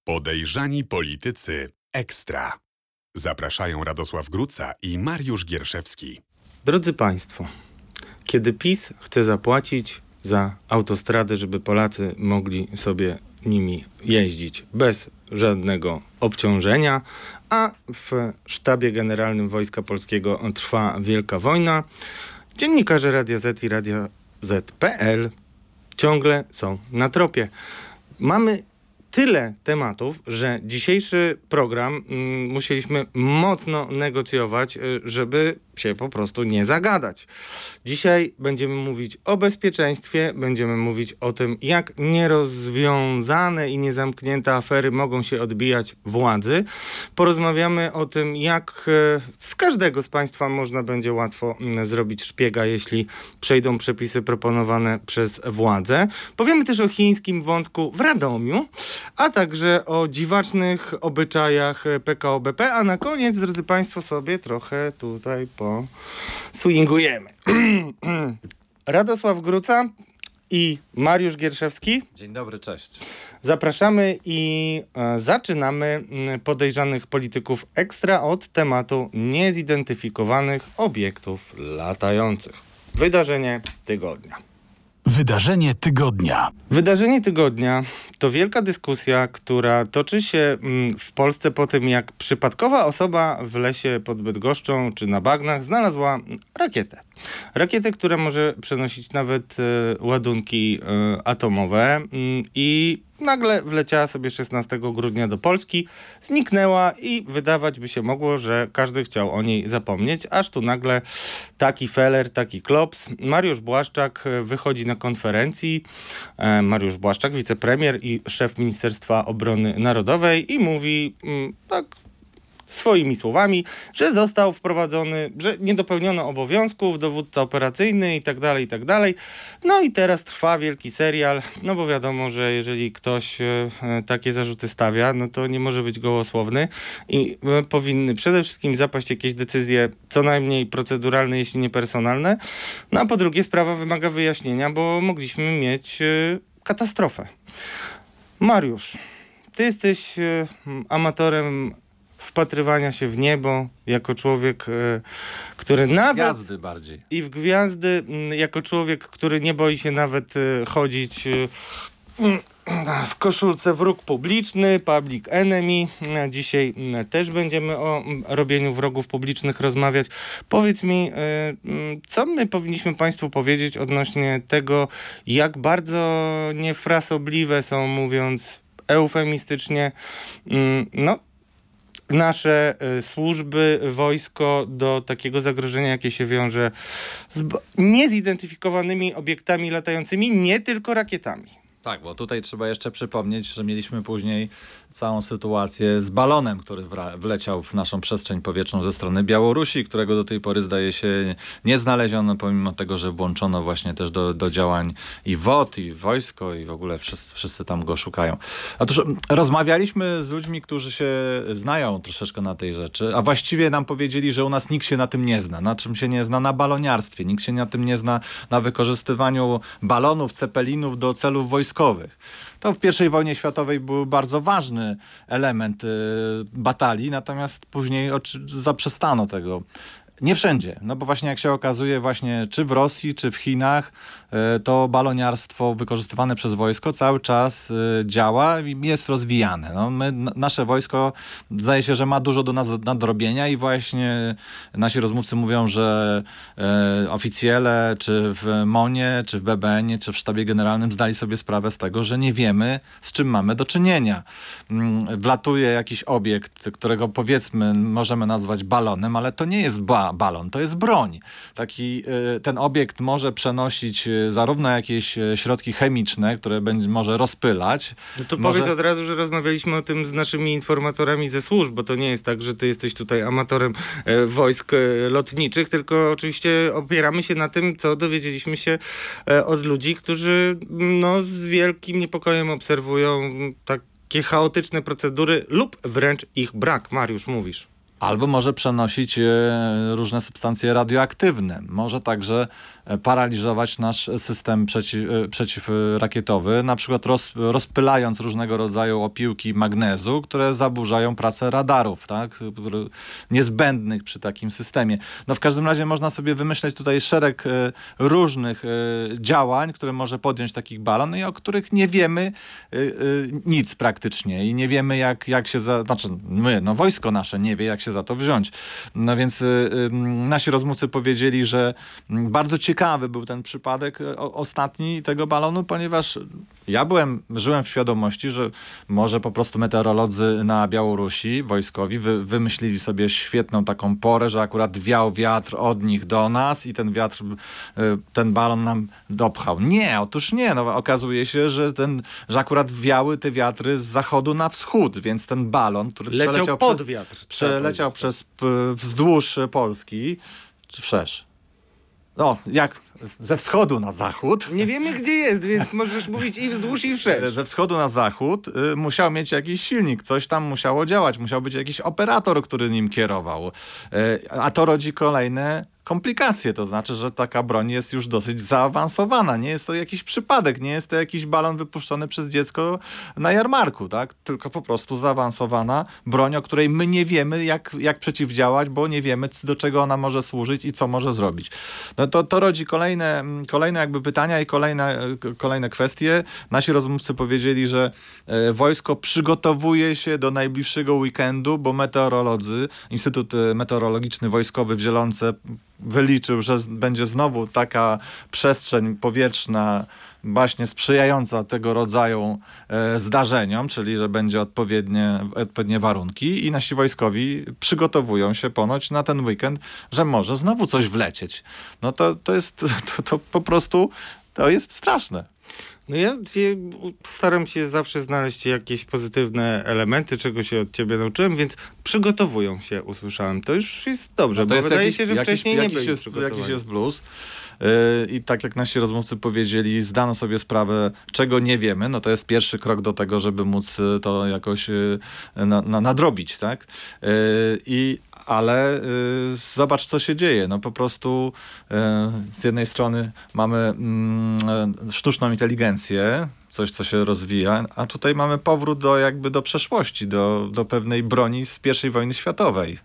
Podejrzani politycy ekstra. Zapraszają Radosław Gruca i Mariusz Gierszewski. Drodzy Państwo, kiedy PiS chce zapłacić za autostrady, żeby Polacy mogli sobie nimi jeździć bez żadnego obciążenia, a w Sztabie Generalnym Wojska Polskiego trwa wielka wojna, dziennikarze Radia Z i Radia Z.pl ciągle są na tropie. Mamy tyle tematów, że dzisiejszy program musieliśmy mocno negocjować, żeby się po prostu nie zagadać. Dzisiaj będziemy mówić o bezpieczeństwie, będziemy mówić o tym, jak nierozwiązane i niezamknięte afery mogą się odbijać władzy. Porozmawiamy o tym, jak z każdego z Państwa można będzie łatwo zrobić szpiega, jeśli przejdą przepisy proponowane przez władzę. Powiemy też o chińskim wątku w Radomiu, a także o dziwacznych obyczajach PKO BP, a na koniec, drodzy Państwo, sobie trochę tutaj swingujemy. Radosław Gruca i Mariusz Gierszewski. Dzień dobry, cześć. Zapraszamy i zaczynamy podejrzanych polityków ekstra od tematu niezidentyfikowanych obiektów latających. Wydarzenie tygodnia. Wydarzenie tygodnia. Wydarzenie tygodnia to wielka dyskusja, która toczy się w Polsce po tym, jak przypadkowa osoba w lesie pod Bydgoszczą czy na bagnach znalazła rakietę. Rakietę, która może przenosić nawet ładunki atomowe i nagle wleciała sobie 16 grudnia do Polski, zniknęła i wydawać by się mogło, że każdy chciał o niej zapomnieć, aż tu nagle taki feller, taki klops. Mariusz Błaszczak wychodzi na konferencji, Mariusz Błaszczak, wicepremier i szef Ministerstwa Obrony Narodowej i mówi tak swoimi słowami, że został wprowadzony, że nie dopełniono obowiązków, dowódca operacyjny i tak dalej, i tak dalej. No i teraz trwa wielki serial, no bo wiadomo, że jeżeli ktoś takie zarzuty stawia, no to nie może być gołosłowny i powinny przede wszystkim zapaść jakieś decyzje co najmniej proceduralne, jeśli nie personalne. No a po drugie sprawa wymaga wyjaśnienia, bo mogliśmy mieć katastrofę. Mariusz, ty jesteś amatorem wpatrywania się w niebo, jako człowiek, który nawet... Gwiazdy bardziej. I w gwiazdy, jako człowiek, który nie boi się nawet chodzić w koszulce wróg publiczny, public enemy. Dzisiaj też będziemy o robieniu wrogów publicznych rozmawiać. Powiedz mi, co my powinniśmy Państwu powiedzieć odnośnie tego, jak bardzo niefrasobliwe są, mówiąc eufemistycznie, nasze służby, wojsko do takiego zagrożenia, jakie się wiąże z niezidentyfikowanymi obiektami latającymi, nie tylko rakietami. Tak, bo tutaj trzeba jeszcze przypomnieć, że mieliśmy później całą sytuację z balonem, który wleciał w naszą przestrzeń powietrzną ze strony Białorusi, którego do tej pory zdaje się nie znaleziono, pomimo tego, że włączono właśnie też do działań i WOT, i wojsko, i w ogóle wszyscy tam go szukają. Otóż rozmawialiśmy z ludźmi, którzy się znają troszeczkę na tej rzeczy, a właściwie nam powiedzieli, że u nas nikt się na tym nie zna. Na czym się nie zna? Na baloniarstwie. Nikt się na tym nie zna na wykorzystywaniu balonów, cepelinów do celów wojskowych. To w I wojnie światowej był bardzo ważny element batalii, natomiast później zaprzestano tego. Nie wszędzie, no bo właśnie jak się okazuje, właśnie czy w Rosji, czy w Chinach, to baloniarstwo wykorzystywane przez wojsko cały czas działa i jest rozwijane. No nasze wojsko zdaje się, że ma dużo do nas nadrobienia i właśnie nasi rozmówcy mówią, że oficjele czy w MON-ie, czy w BBN-ie, czy w Sztabie Generalnym zdali sobie sprawę z tego, że nie wiemy, z czym mamy do czynienia. Wlatuje jakiś obiekt, którego powiedzmy możemy nazwać balonem, ale to nie jest balon, to jest broń. Ten obiekt może przenosić zarówno jakieś środki chemiczne, które może rozpylać. No to powiedz od razu, że rozmawialiśmy o tym z naszymi informatorami ze służb, bo to nie jest tak, że ty jesteś tutaj amatorem wojsk lotniczych, tylko oczywiście opieramy się na tym, co dowiedzieliśmy się od ludzi, którzy z wielkim niepokojem obserwują takie chaotyczne procedury lub wręcz ich brak. Mariusz, mówisz. Albo może przenosić różne substancje radioaktywne. Może także paraliżować nasz system przeciwrakietowy, na przykład rozpylając różnego rodzaju opiłki magnezu, które zaburzają pracę radarów, tak? Niezbędnych przy takim systemie. No w każdym razie można sobie wymyśleć tutaj szereg różnych działań, które może podjąć taki balon i o których nie wiemy nic praktycznie i nie wiemy jak się wojsko nasze nie wie, jak się za to wziąć. No więc nasi rozmówcy powiedzieli, że bardzo ciekawy był ten przypadek ostatni tego balonu, ponieważ ja żyłem w świadomości, że może po prostu meteorolodzy na Białorusi, wojskowi, wymyślili sobie świetną taką porę, że akurat wiał wiatr od nich do nas i ten balon nam dopchał. Nie, otóż nie. No, okazuje się, że akurat wiały te wiatry z zachodu na wschód, więc ten balon, który przeleciał wzdłuż Polski, czy wszerz. No, jak ze wschodu na zachód. Nie wiemy, gdzie jest, więc możesz mówić i wzdłuż, i wszerz. Ze wschodu na zachód musiał mieć jakiś silnik, coś tam musiało działać, musiał być jakiś operator, który nim kierował. A to rodzi kolejne komplikacje, to znaczy, że taka broń jest już dosyć zaawansowana. Nie jest to jakiś przypadek, nie jest to jakiś balon wypuszczony przez dziecko na jarmarku, tak? Tylko po prostu zaawansowana broń, o której my nie wiemy, jak przeciwdziałać, bo nie wiemy, do czego ona może służyć i co może zrobić. No to rodzi kolejne jakby pytania i kolejne kwestie. Nasi rozmówcy powiedzieli, że wojsko przygotowuje się do najbliższego weekendu, bo meteorolodzy, Instytut Meteorologiczny Wojskowy w Zielonce wyliczył, że będzie znowu taka przestrzeń powietrzna właśnie sprzyjająca tego rodzaju zdarzeniom, czyli że będzie odpowiednie warunki i nasi wojskowi przygotowują się ponoć na ten weekend, że może znowu coś wlecieć. No to jest po prostu, to jest straszne. No ja staram się zawsze znaleźć jakieś pozytywne elementy, czego się od ciebie nauczyłem, więc przygotowują się, usłyszałem. To już jest dobrze, bo wydaje się, że wcześniej nie byli przygotowani. Jakiś jest plus. I tak jak nasi rozmówcy powiedzieli, zdano sobie sprawę, czego nie wiemy, no to jest pierwszy krok do tego, żeby móc to jakoś nadrobić, tak? Ale zobacz, co się dzieje. No po prostu z jednej strony mamy sztuczną inteligencję, coś, co się rozwija, a tutaj mamy powrót do przeszłości, do pewnej broni z I wojny światowej.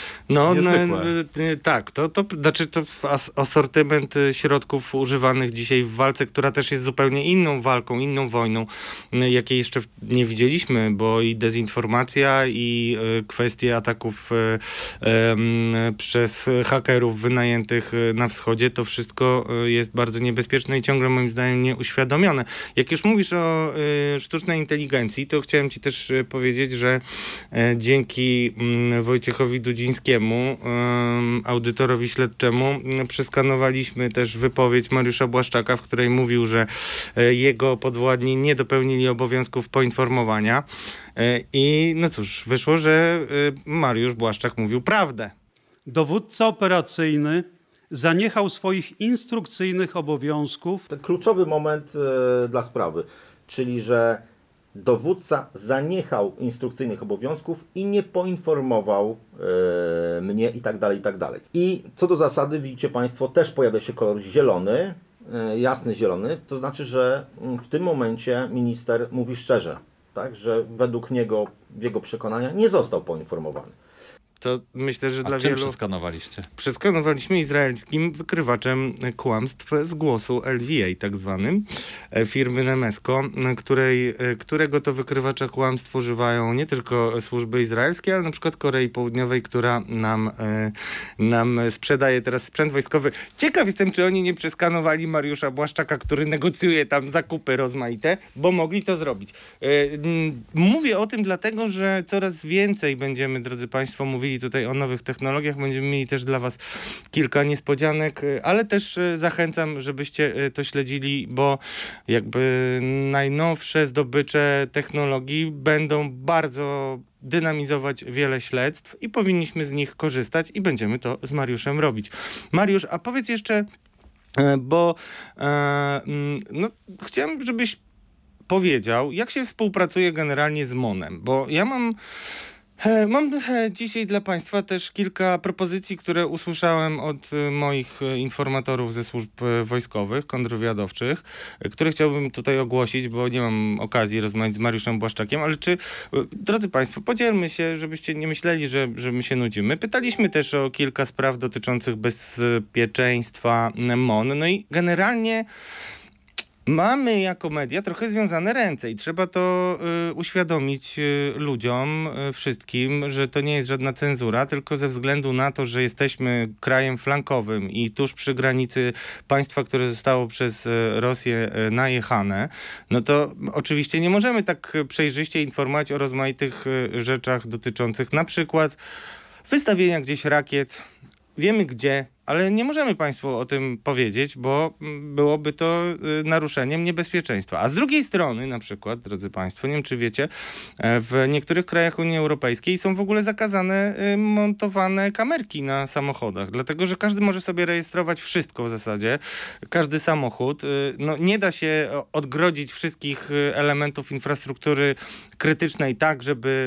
Tak, to asortyment środków używanych dzisiaj w walce, która też jest zupełnie inną walką, inną wojną, jakiej jeszcze nie widzieliśmy, bo i dezinformacja, i kwestie ataków przez hakerów wynajętych na wschodzie, to wszystko jest bardzo niebezpieczne i ciągle moim zdaniem nieuświadomione. Jak już mówisz o sztucznej inteligencji, to chciałem ci też powiedzieć, że dzięki Wojciechowi Dudzińskiemu, audytorowi śledczemu, przeskanowaliśmy też wypowiedź Mariusza Błaszczaka, w której mówił, że jego podwładni nie dopełnili obowiązków poinformowania. I no cóż, wyszło, że Mariusz Błaszczak mówił prawdę. Dowódca operacyjny zaniechał swoich instrukcyjnych obowiązków. Ten kluczowy moment dla sprawy, czyli że dowódca zaniechał instrukcyjnych obowiązków i nie poinformował mnie i tak dalej, i tak dalej. I co do zasady, widzicie Państwo, też pojawia się kolor zielony, jasny zielony, to znaczy, że w tym momencie minister mówi szczerze, tak, że według niego, w jego przekonania, nie został poinformowany. To myślę, że dla czym wielu... przeskanowaliście? Przeskanowaliśmy izraelskim wykrywaczem kłamstw z głosu LVA, tak zwanym, firmy Nemesco, którego to wykrywacza kłamstw używają nie tylko służby izraelskie, ale na przykład Korei Południowej, która nam sprzedaje teraz sprzęt wojskowy. Ciekaw jestem, czy oni nie przeskanowali Mariusza Błaszczaka, który negocjuje tam zakupy rozmaite, bo mogli to zrobić. Mówię o tym dlatego, że coraz więcej będziemy, drodzy Państwo, mówili tutaj o nowych technologiach. Będziemy mieli też dla was kilka niespodzianek, ale też zachęcam, żebyście to śledzili, bo jakby najnowsze zdobycze technologii będą bardzo dynamizować wiele śledztw i powinniśmy z nich korzystać i będziemy to z Mariuszem robić. Mariusz, a powiedz jeszcze, bo chciałem, żebyś powiedział, jak się współpracuje generalnie z MON-em, bo ja mam Mam dzisiaj dla Państwa też kilka propozycji, które usłyszałem od moich informatorów ze służb wojskowych, kontrwywiadowczych, które chciałbym tutaj ogłosić, bo nie mam okazji rozmawiać z Mariuszem Błaszczakiem, ale drodzy Państwo, podzielmy się, żebyście nie myśleli, że my się nudzimy. Pytaliśmy też o kilka spraw dotyczących bezpieczeństwa MON, no i generalnie mamy jako media trochę związane ręce i trzeba to uświadomić ludziom, wszystkim, że to nie jest żadna cenzura, tylko ze względu na to, że jesteśmy krajem flankowym i tuż przy granicy państwa, które zostało przez Rosję najechane, no to oczywiście nie możemy tak przejrzyście informować o rozmaitych rzeczach dotyczących na przykład wystawienia gdzieś rakiet. Wiemy gdzie, ale nie możemy Państwu o tym powiedzieć, bo byłoby to naruszeniem niebezpieczeństwa. A z drugiej strony, na przykład, drodzy Państwo, nie wiem czy wiecie, w niektórych krajach Unii Europejskiej są w ogóle zakazane montowane kamerki na samochodach, dlatego że każdy może sobie rejestrować wszystko w zasadzie, każdy samochód. No, nie da się odgrodzić wszystkich elementów infrastruktury krytycznej tak, żeby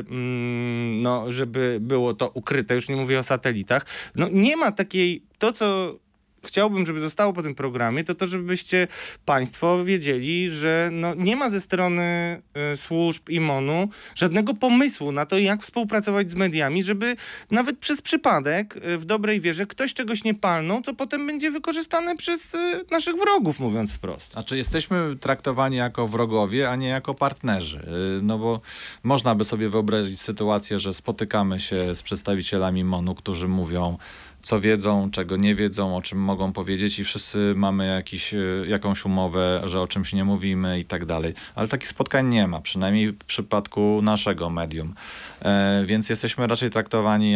było to ukryte. Już nie mówię o satelitach. No, nie ma takiej... To, co chciałbym, żeby zostało po tym programie, to żebyście Państwo wiedzieli, że nie ma ze strony służb i MON-u żadnego pomysłu na to, jak współpracować z mediami, żeby nawet przez przypadek w dobrej wierze ktoś czegoś nie palnął, co potem będzie wykorzystane przez naszych wrogów, mówiąc wprost. A czy jesteśmy traktowani jako wrogowie, a nie jako partnerzy? No bo można by sobie wyobrazić sytuację, że spotykamy się z przedstawicielami MON-u, którzy mówią, co wiedzą, czego nie wiedzą, o czym mogą powiedzieć i wszyscy mamy jakąś umowę, że o czymś nie mówimy i tak dalej. Ale takich spotkań nie ma, przynajmniej w przypadku naszego medium. Więc jesteśmy raczej traktowani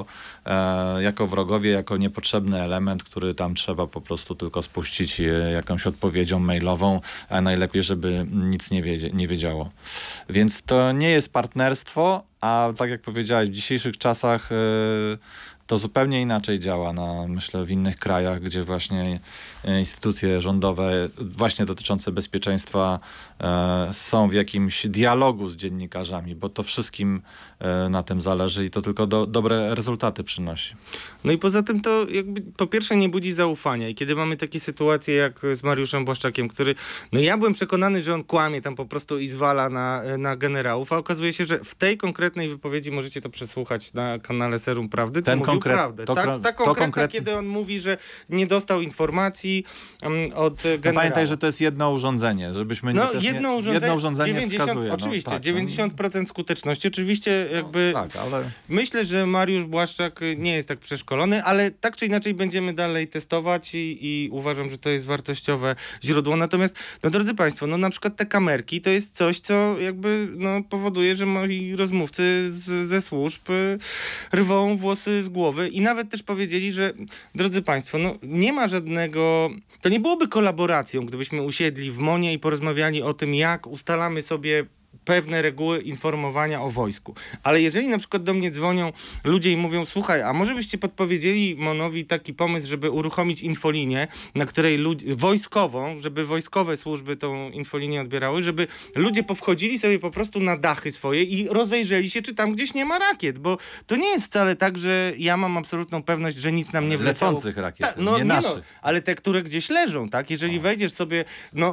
jako wrogowie, jako niepotrzebny element, który tam trzeba po prostu tylko spuścić jakąś odpowiedzią mailową, a najlepiej, żeby nic nie wiedziało. Więc to nie jest partnerstwo, a tak jak powiedziałeś, w dzisiejszych czasach to zupełnie inaczej działa, myślę, w innych krajach, gdzie właśnie instytucje rządowe, właśnie dotyczące bezpieczeństwa, są w jakimś dialogu z dziennikarzami, bo to wszystkim na tym zależy i to tylko dobre rezultaty przynosi. No i poza tym to jakby po pierwsze nie budzi zaufania i kiedy mamy takie sytuacje jak z Mariuszem Błaszczakiem, który, ja byłem przekonany, że on kłamie tam po prostu i zwala na generałów, a okazuje się, że w tej konkretnej wypowiedzi możecie to przesłuchać na kanale Serum Prawdy. Prawdę. Ta konkretna, kiedy on mówi, że nie dostał informacji od generała. Pamiętaj, że to jest jedno urządzenie, żebyśmy jedno urządzenie 90, wskazuje. Oczywiście, tak, 90% skuteczności. Oczywiście jakby ale... myślę, że Mariusz Błaszczak nie jest tak przeszkolony, ale tak czy inaczej będziemy dalej testować i uważam, że to jest wartościowe źródło. Natomiast, drodzy Państwo, na przykład te kamerki to jest coś, co jakby powoduje, że moi rozmówcy ze służb rwą włosy z głowy i nawet też powiedzieli, że drodzy Państwo, nie ma żadnego... To nie byłoby kolaboracją, gdybyśmy usiedli w MON-ie i porozmawiali o tym, jak ustalamy sobie pewne reguły informowania o wojsku. Ale jeżeli na przykład do mnie dzwonią ludzie i mówią, słuchaj, a może byście podpowiedzieli MON-owi taki pomysł, żeby uruchomić infolinię, na której wojskową, żeby wojskowe służby tą infolinię odbierały, żeby ludzie powchodzili sobie po prostu na dachy swoje i rozejrzeli się, czy tam gdzieś nie ma rakiet, bo to nie jest wcale tak, że ja mam absolutną pewność, że nic nam nie wleciało. Lecących rakiet, nie naszych. Ale te, które gdzieś leżą, tak? Jeżeli wejdziesz sobie,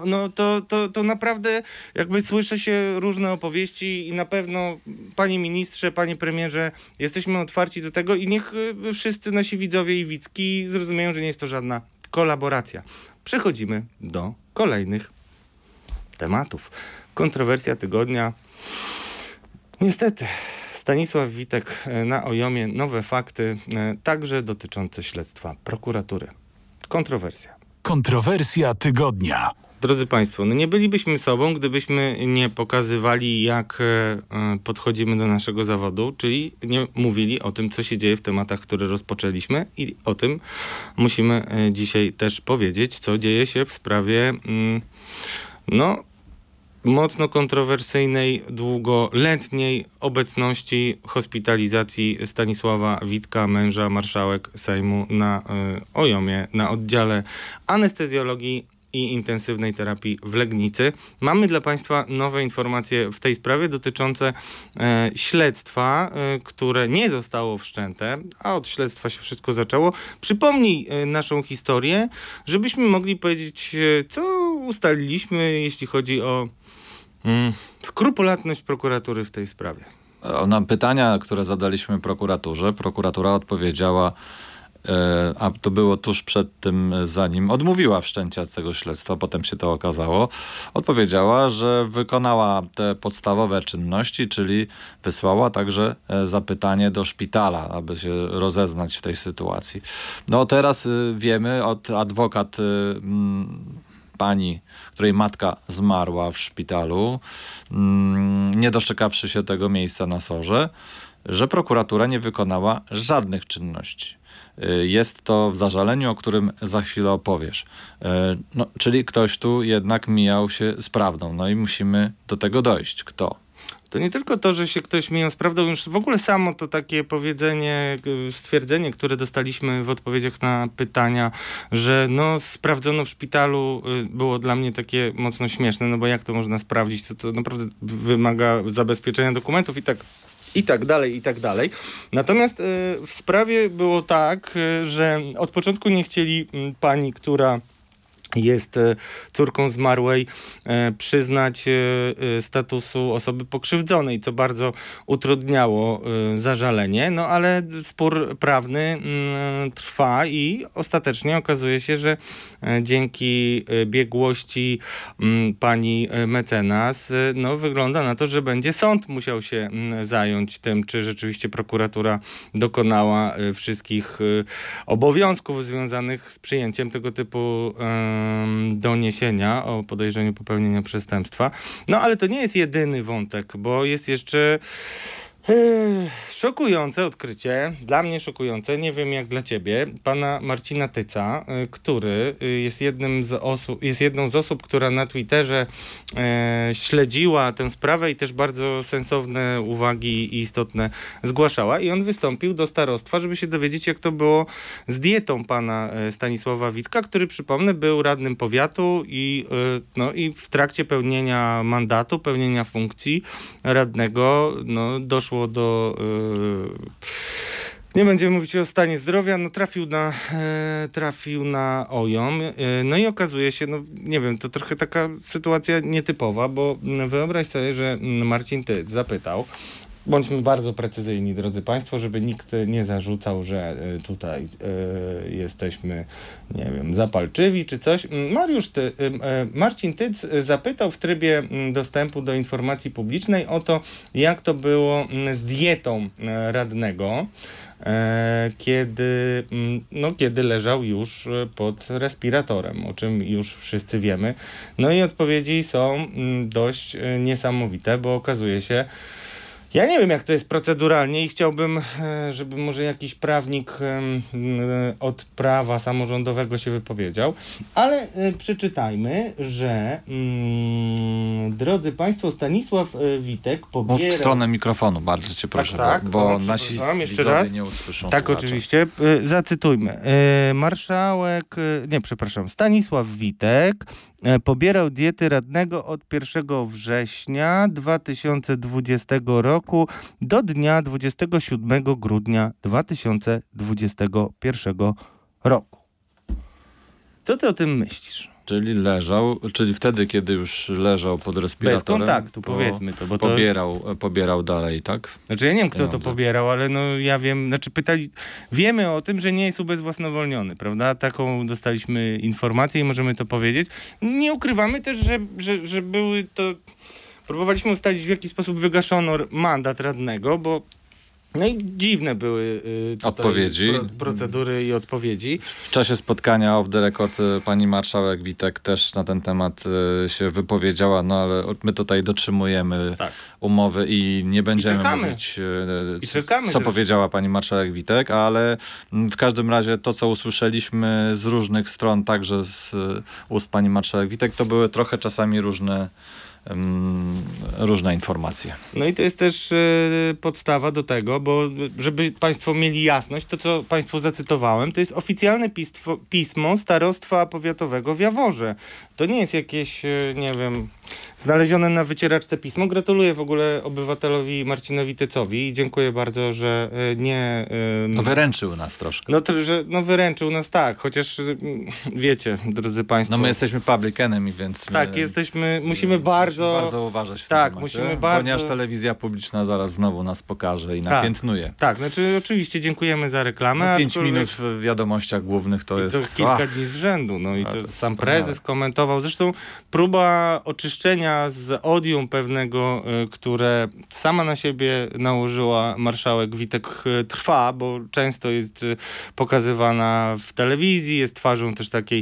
to naprawdę jakby słyszę się różne opowieści i na pewno, panie ministrze, panie premierze, jesteśmy otwarci do tego i niech wszyscy nasi widzowie i widzki zrozumieją, że nie jest to żadna kolaboracja. Przechodzimy do kolejnych tematów. Kontrowersja tygodnia. Niestety, Stanisław Witek na Ojomie. Nowe fakty, także dotyczące śledztwa prokuratury. Kontrowersja tygodnia. Drodzy Państwo, nie bylibyśmy sobą, gdybyśmy nie pokazywali, jak podchodzimy do naszego zawodu, czyli nie mówili o tym, co się dzieje w tematach, które rozpoczęliśmy i o tym musimy dzisiaj też powiedzieć, co dzieje się w sprawie mocno kontrowersyjnej, długoletniej obecności hospitalizacji Stanisława Witka, męża marszałek Sejmu na Ojomie, na oddziale anestezjologii i intensywnej terapii w Legnicy. Mamy dla Państwa nowe informacje w tej sprawie dotyczące śledztwa, które nie zostało wszczęte, a od śledztwa się wszystko zaczęło. Przypomnij naszą historię, żebyśmy mogli powiedzieć, co ustaliliśmy, jeśli chodzi o skrupulatność prokuratury w tej sprawie. Na pytania, które zadaliśmy prokuraturze, prokuratura odpowiedziała, a to było tuż przed tym, zanim odmówiła wszczęcia tego śledztwa, potem się to okazało, odpowiedziała, że wykonała te podstawowe czynności, czyli wysłała także zapytanie do szpitala, aby się rozeznać w tej sytuacji. No teraz wiemy adwokat pani, której matka zmarła w szpitalu, nie doczekawszy się tego miejsca na SOR-ze, że prokuratura nie wykonała żadnych czynności. Jest to w zażaleniu, o którym za chwilę opowiesz. Czyli ktoś tu jednak mijał się z prawdą. No i musimy do tego dojść. Kto? To nie tylko to, że się ktoś mijał z prawdą, już w ogóle samo to takie powiedzenie, stwierdzenie, które dostaliśmy w odpowiedziach na pytania, że sprawdzono w szpitalu, było dla mnie takie mocno śmieszne, no bo jak to można sprawdzić, to naprawdę wymaga zabezpieczenia dokumentów i tak dalej. Natomiast w sprawie było tak, że od początku nie chcieli pani, która jest córką zmarłej, przyznać statusu osoby pokrzywdzonej, co bardzo utrudniało zażalenie, ale spór prawny trwa i ostatecznie okazuje się, że dzięki biegłości pani mecenas, wygląda na to, że będzie sąd musiał się zająć tym, czy rzeczywiście prokuratura dokonała wszystkich obowiązków związanych z przyjęciem tego typu doniesienia o podejrzeniu popełnienia przestępstwa. Ale to nie jest jedyny wątek, bo jest jeszcze szokujące odkrycie, dla mnie szokujące, nie wiem jak dla ciebie, pana Marcina Tyca, który jest jedną z osób, która na Twitterze śledziła tę sprawę i też bardzo sensowne uwagi i istotne zgłaszała, i on wystąpił do starostwa, żeby się dowiedzieć, jak to było z dietą pana Stanisława Witka, który, przypomnę, był radnym powiatu i w trakcie pełnienia mandatu, pełnienia funkcji radnego, doszło do nie będziemy mówić o stanie zdrowia, trafił na OJOM. I okazuje się, nie wiem, to trochę taka sytuacja nietypowa, bo wyobraź sobie, że Marcin Tyc zapytał, bądźmy bardzo precyzyjni, drodzy Państwo, żeby nikt nie zarzucał, że tutaj jesteśmy, nie wiem, zapalczywi czy coś. Marcin Tyc zapytał w trybie dostępu do informacji publicznej o to, jak to było z dietą radnego, kiedy leżał już pod respiratorem, o czym już wszyscy wiemy. I odpowiedzi są dość niesamowite, bo okazuje się, ja nie wiem, jak to jest proceduralnie i chciałbym, żeby może jakiś prawnik od prawa samorządowego się wypowiedział, ale przeczytajmy, że drodzy Państwo, Stanisław Witek pobierał... Mów w stronę mikrofonu, bardzo cię proszę, bo nasi widzowie nie usłyszą. Tak, słuchacze. Oczywiście. Zacytujmy. Stanisław Witek pobierał diety radnego od 1 września 2020 roku do dnia 27 grudnia 2021 roku. Co ty o tym myślisz? Czyli wtedy, kiedy już leżał pod respiratorem. Bez kontaktu, powiedzmy to. Bo pobierał dalej, tak? Ja nie wiem, kto to pobierał, ale ja wiem, wiemy o tym, że nie jest ubezwłasnowolniony, prawda? Taką dostaliśmy informację i możemy to powiedzieć. Nie ukrywamy też, że były to... Próbowaliśmy ustalić, w jaki sposób wygaszono mandat radnego, bo i dziwne były odpowiedzi, procedury i odpowiedzi. W czasie spotkania off the record pani marszałek Witek też na ten temat się wypowiedziała, ale my tutaj dotrzymujemy umowy i nie będziemy mówić, co powiedziała pani marszałek Witek, ale w każdym razie to, co usłyszeliśmy z różnych stron, także z ust pani marszałek Witek, to były trochę czasami różne różne informacje. No i to jest też podstawa do tego, bo żeby Państwo mieli jasność, to co Państwu zacytowałem, to jest oficjalne pismo Starostwa Powiatowego w Jaworze. To nie jest jakieś, nie wiem, znalezione na wycieraczce pismo. Gratuluję w ogóle obywatelowi Marcinowi Tycowi i dziękuję bardzo, że nie... No wyręczył nas troszkę. No wyręczył nas, tak, chociaż wiecie, drodzy Państwo... No my jesteśmy public enemy, więc... Tak, musimy bardzo uważać w tak, tym musimy temacie, bardzo... ponieważ telewizja publiczna zaraz znowu nas pokaże i napiętnuje. Tak, znaczy oczywiście dziękujemy za reklamę. 5 minut w wiadomościach głównych to jest... To kilka dni z rzędu, no i to sam wspaniałe. prezes komentował. Zresztą próba oczyszczenia z odium pewnego, które sama na siebie nałożyła marszałek Witek, trwa, bo często jest pokazywana w telewizji, jest twarzą też takiej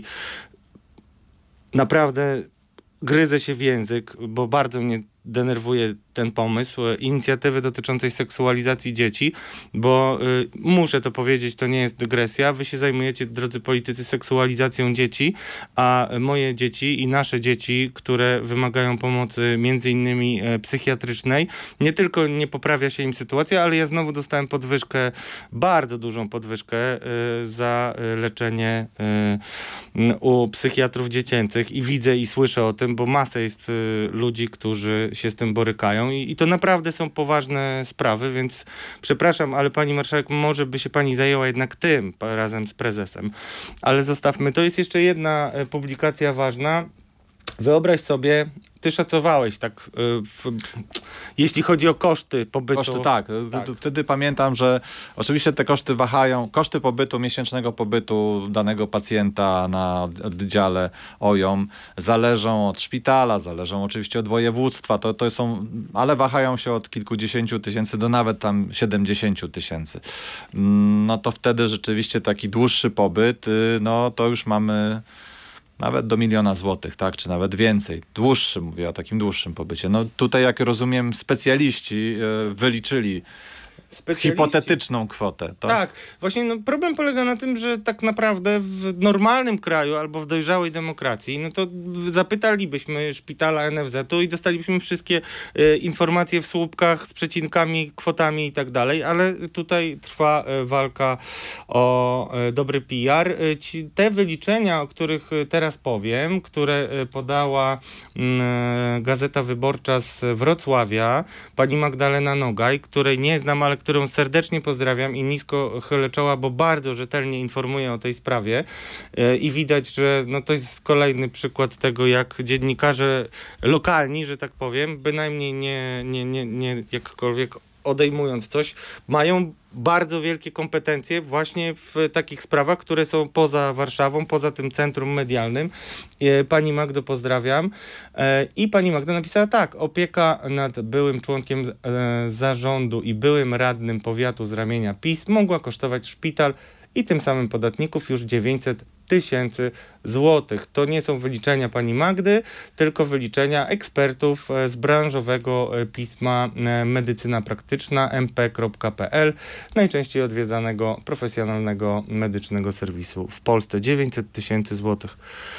naprawdę gryzę się w język, bo bardzo mnie denerwuje ten pomysł inicjatywy dotyczącej seksualizacji dzieci, bo muszę to powiedzieć, to nie jest dygresja. Wy się zajmujecie, drodzy politycy, seksualizacją dzieci, a moje dzieci i nasze dzieci, które wymagają pomocy między innymi psychiatrycznej, nie tylko nie poprawia się im sytuacja, ale ja znowu dostałem podwyżkę, bardzo dużą podwyżkę za leczenie u psychiatrów dziecięcych i widzę i słyszę o tym, bo masa jest ludzi, którzy się z tym borykają i to naprawdę są poważne sprawy, więc przepraszam, ale pani marszałek, może by się pani zajęła jednak tym razem z prezesem. Ale zostawmy. To jest jeszcze jedna publikacja ważna. Wyobraź sobie, ty szacowałeś tak, jeśli chodzi o koszty pobytu. Koszty, tak. Wtedy pamiętam, że oczywiście te koszty wahają. Koszty pobytu, miesięcznego pobytu danego pacjenta na oddziale OJOM zależą od szpitala, zależą oczywiście od województwa. To są, ale wahają się od kilkudziesięciu tysięcy do nawet tam 70 tysięcy. No to wtedy rzeczywiście taki dłuższy pobyt, no to już mamy nawet do 1 000 000 złotych, tak, czy nawet więcej. Dłuższy, mówię o takim dłuższym pobycie. No tutaj, jak rozumiem, specjaliści wyliczyli hipotetyczną kwotę. Tak, właśnie problem polega na tym, że tak naprawdę w normalnym kraju albo w dojrzałej demokracji, no to zapytalibyśmy szpitala NFZ-u i dostalibyśmy wszystkie informacje w słupkach z przecinkami, kwotami i tak dalej, ale tutaj trwa walka o dobry PR. Te wyliczenia, o których teraz powiem, które podała Gazeta Wyborcza z Wrocławia, pani Magdalena Nogaj, której nie znam, ale którą serdecznie pozdrawiam i nisko chylę czoła, bo bardzo rzetelnie informuje o tej sprawie i widać, że no to jest kolejny przykład tego, jak dziennikarze lokalni, że tak powiem, bynajmniej nie jakkolwiek odejmując coś, mają bardzo wielkie kompetencje właśnie w takich sprawach, które są poza Warszawą, poza tym centrum medialnym. Pani Magdo pozdrawiam. I pani Magda napisała tak: opieka nad byłym członkiem zarządu i byłym radnym powiatu z ramienia PiS mogła kosztować szpital i tym samym podatników już 900 000 złotych. To nie są wyliczenia pani Magdy, tylko wyliczenia ekspertów z branżowego pisma Medycyna Praktyczna mp.pl, najczęściej odwiedzanego profesjonalnego medycznego serwisu w Polsce. 900 000 złotych.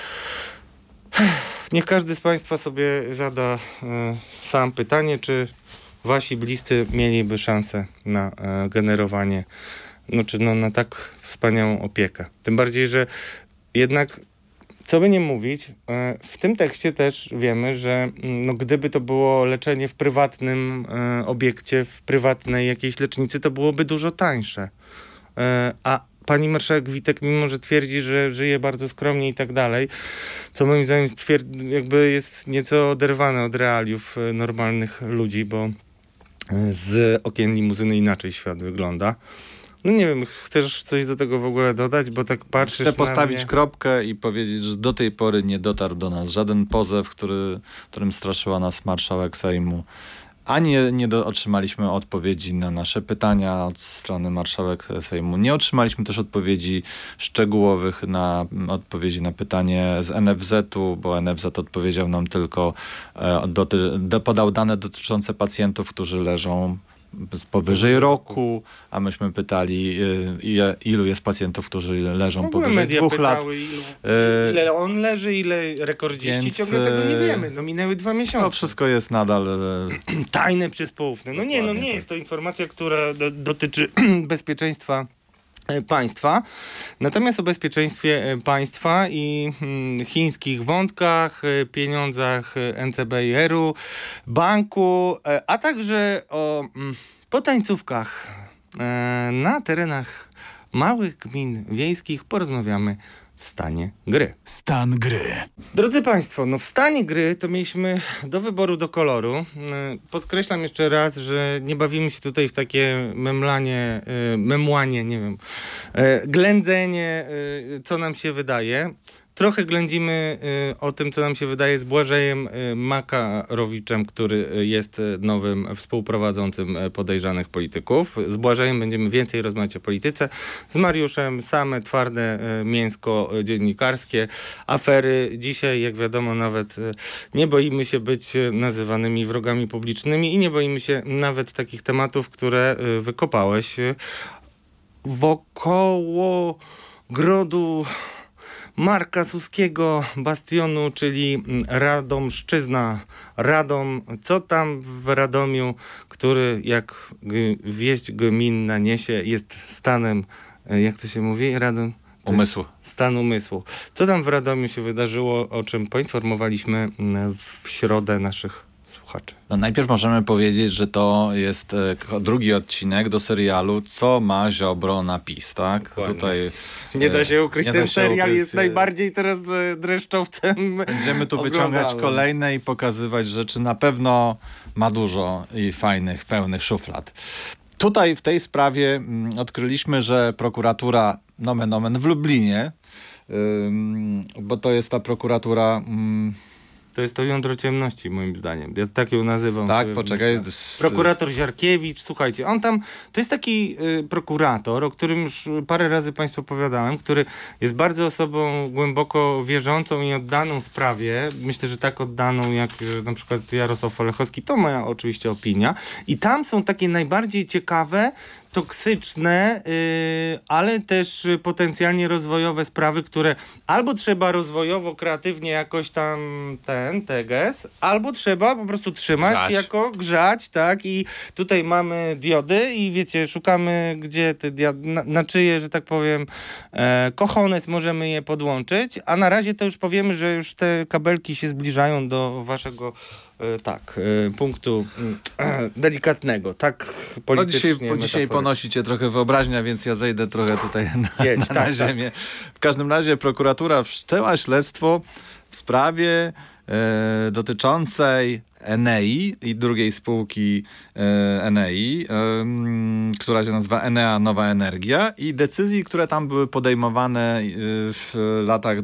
Niech każdy z państwa sobie zada sam pytanie, czy wasi bliscy mieliby szansę na generowanie na tak wspaniałą opiekę. Tym bardziej, że jednak, co by nie mówić, w tym tekście też wiemy, że gdyby to było leczenie w prywatnym obiekcie, w prywatnej jakiejś lecznicy, to byłoby dużo tańsze. A pani marszałek Witek, mimo że twierdzi, że żyje bardzo skromnie i tak dalej, co moim zdaniem jest nieco oderwane od realiów normalnych ludzi, bo z okien limuzyny inaczej świat wygląda. No nie wiem, chcesz coś do tego w ogóle dodać, bo tak patrzysz. Chcę postawić kropkę i powiedzieć, że do tej pory nie dotarł do nas żaden pozew, którym straszyła nas marszałek Sejmu. Ani nie otrzymaliśmy odpowiedzi na nasze pytania od strony marszałek Sejmu. Nie otrzymaliśmy też odpowiedzi szczegółowych odpowiedzi na pytanie z NFZ-u, bo NFZ odpowiedział nam tylko, podał dane dotyczące pacjentów, którzy leżą powyżej roku, a myśmy pytali, ilu jest pacjentów, którzy leżą powyżej media 2 lat. pytały, ile on leży, ile rekordziści, Więc, ciągle tego nie wiemy. No minęły 2 miesiące. No wszystko jest nadal Tajne przez poufne. No nie, Dokładnie nie tak. jest to informacja, która dotyczy bezpieczeństwa państwa. Natomiast o bezpieczeństwie państwa i chińskich wątkach, pieniądzach NCBR-u, banku, a także o potańcówkach na terenach małych gmin wiejskich porozmawiamy w stanie gry. Stan gry. Drodzy Państwo, no w stanie gry to mieliśmy do wyboru, do koloru. Podkreślam jeszcze raz, że nie bawimy się tutaj w takie memłanie, nie wiem, ględzenie, co nam się wydaje. Trochę ględzimy o tym, co nam się wydaje, z Błażejem Makarowiczem, który jest nowym współprowadzącym podejrzanych polityków. Z Błażejem będziemy więcej rozmawiać o polityce. Z Mariuszem same twarde mięsko dziennikarskie. Afery dzisiaj, jak wiadomo, nawet nie boimy się być nazywanymi wrogami publicznymi i nie boimy się nawet takich tematów, które wykopałeś wokoło grodu Marka Suskiego, bastionu, czyli Radomszczyzna. Radom, co tam w Radomiu, który jak wieść gminna niesie, jest stanem, jak to się mówi, Radom? umysłu. Stan umysłu. Co tam w Radomiu się wydarzyło, o czym poinformowaliśmy w środę naszych słuchaczy? No najpierw możemy powiedzieć, że to jest drugi odcinek do serialu Co ma Ziobro na PiS, tak? Dokładnie. Tutaj Nie da się ukryć, nie da ten się serial ukryć, jest najbardziej teraz dreszczowcem. Będziemy tu oglądałem. wyciągać kolejne i pokazywać rzeczy. Na pewno ma dużo i fajnych, pełnych szuflad. Tutaj w tej sprawie odkryliśmy, że prokuratura nomen omen w Lublinie, bo to jest ta prokuratura... To jest to jądro ciemności, moim zdaniem. Ja tak ją nazywam. Tak, sobie poczekaj. myślę. Prokurator Ziarkiewicz, słuchajcie, on tam, to jest taki prokurator, o którym już parę razy Państwu opowiadałem, który jest bardzo osobą głęboko wierzącą i oddaną sprawie. Myślę, że tak oddaną jak na przykład Jarosław Olechowski. To moja oczywiście opinia. I tam są takie najbardziej ciekawe, toksyczne, ale też potencjalnie rozwojowe sprawy, które albo trzeba rozwojowo, kreatywnie jakoś tam teges, albo trzeba po prostu trzymać grzać, tak? I tutaj mamy diody i wiecie, szukamy gdzie te diody, na czyje, że tak powiem, cojones możemy je podłączyć, a na razie to już powiemy, że już te kabelki się zbliżają do waszego punktu delikatnego, tak politycznie. No dzisiaj ponosi cię trochę wyobraźnia, więc ja zejdę trochę tutaj na ziemię. W każdym razie prokuratura wszczęła śledztwo w sprawie dotyczącej Enei i drugiej spółki Enei, która się nazywa Enea Nowa Energia, i decyzji, które tam były podejmowane w latach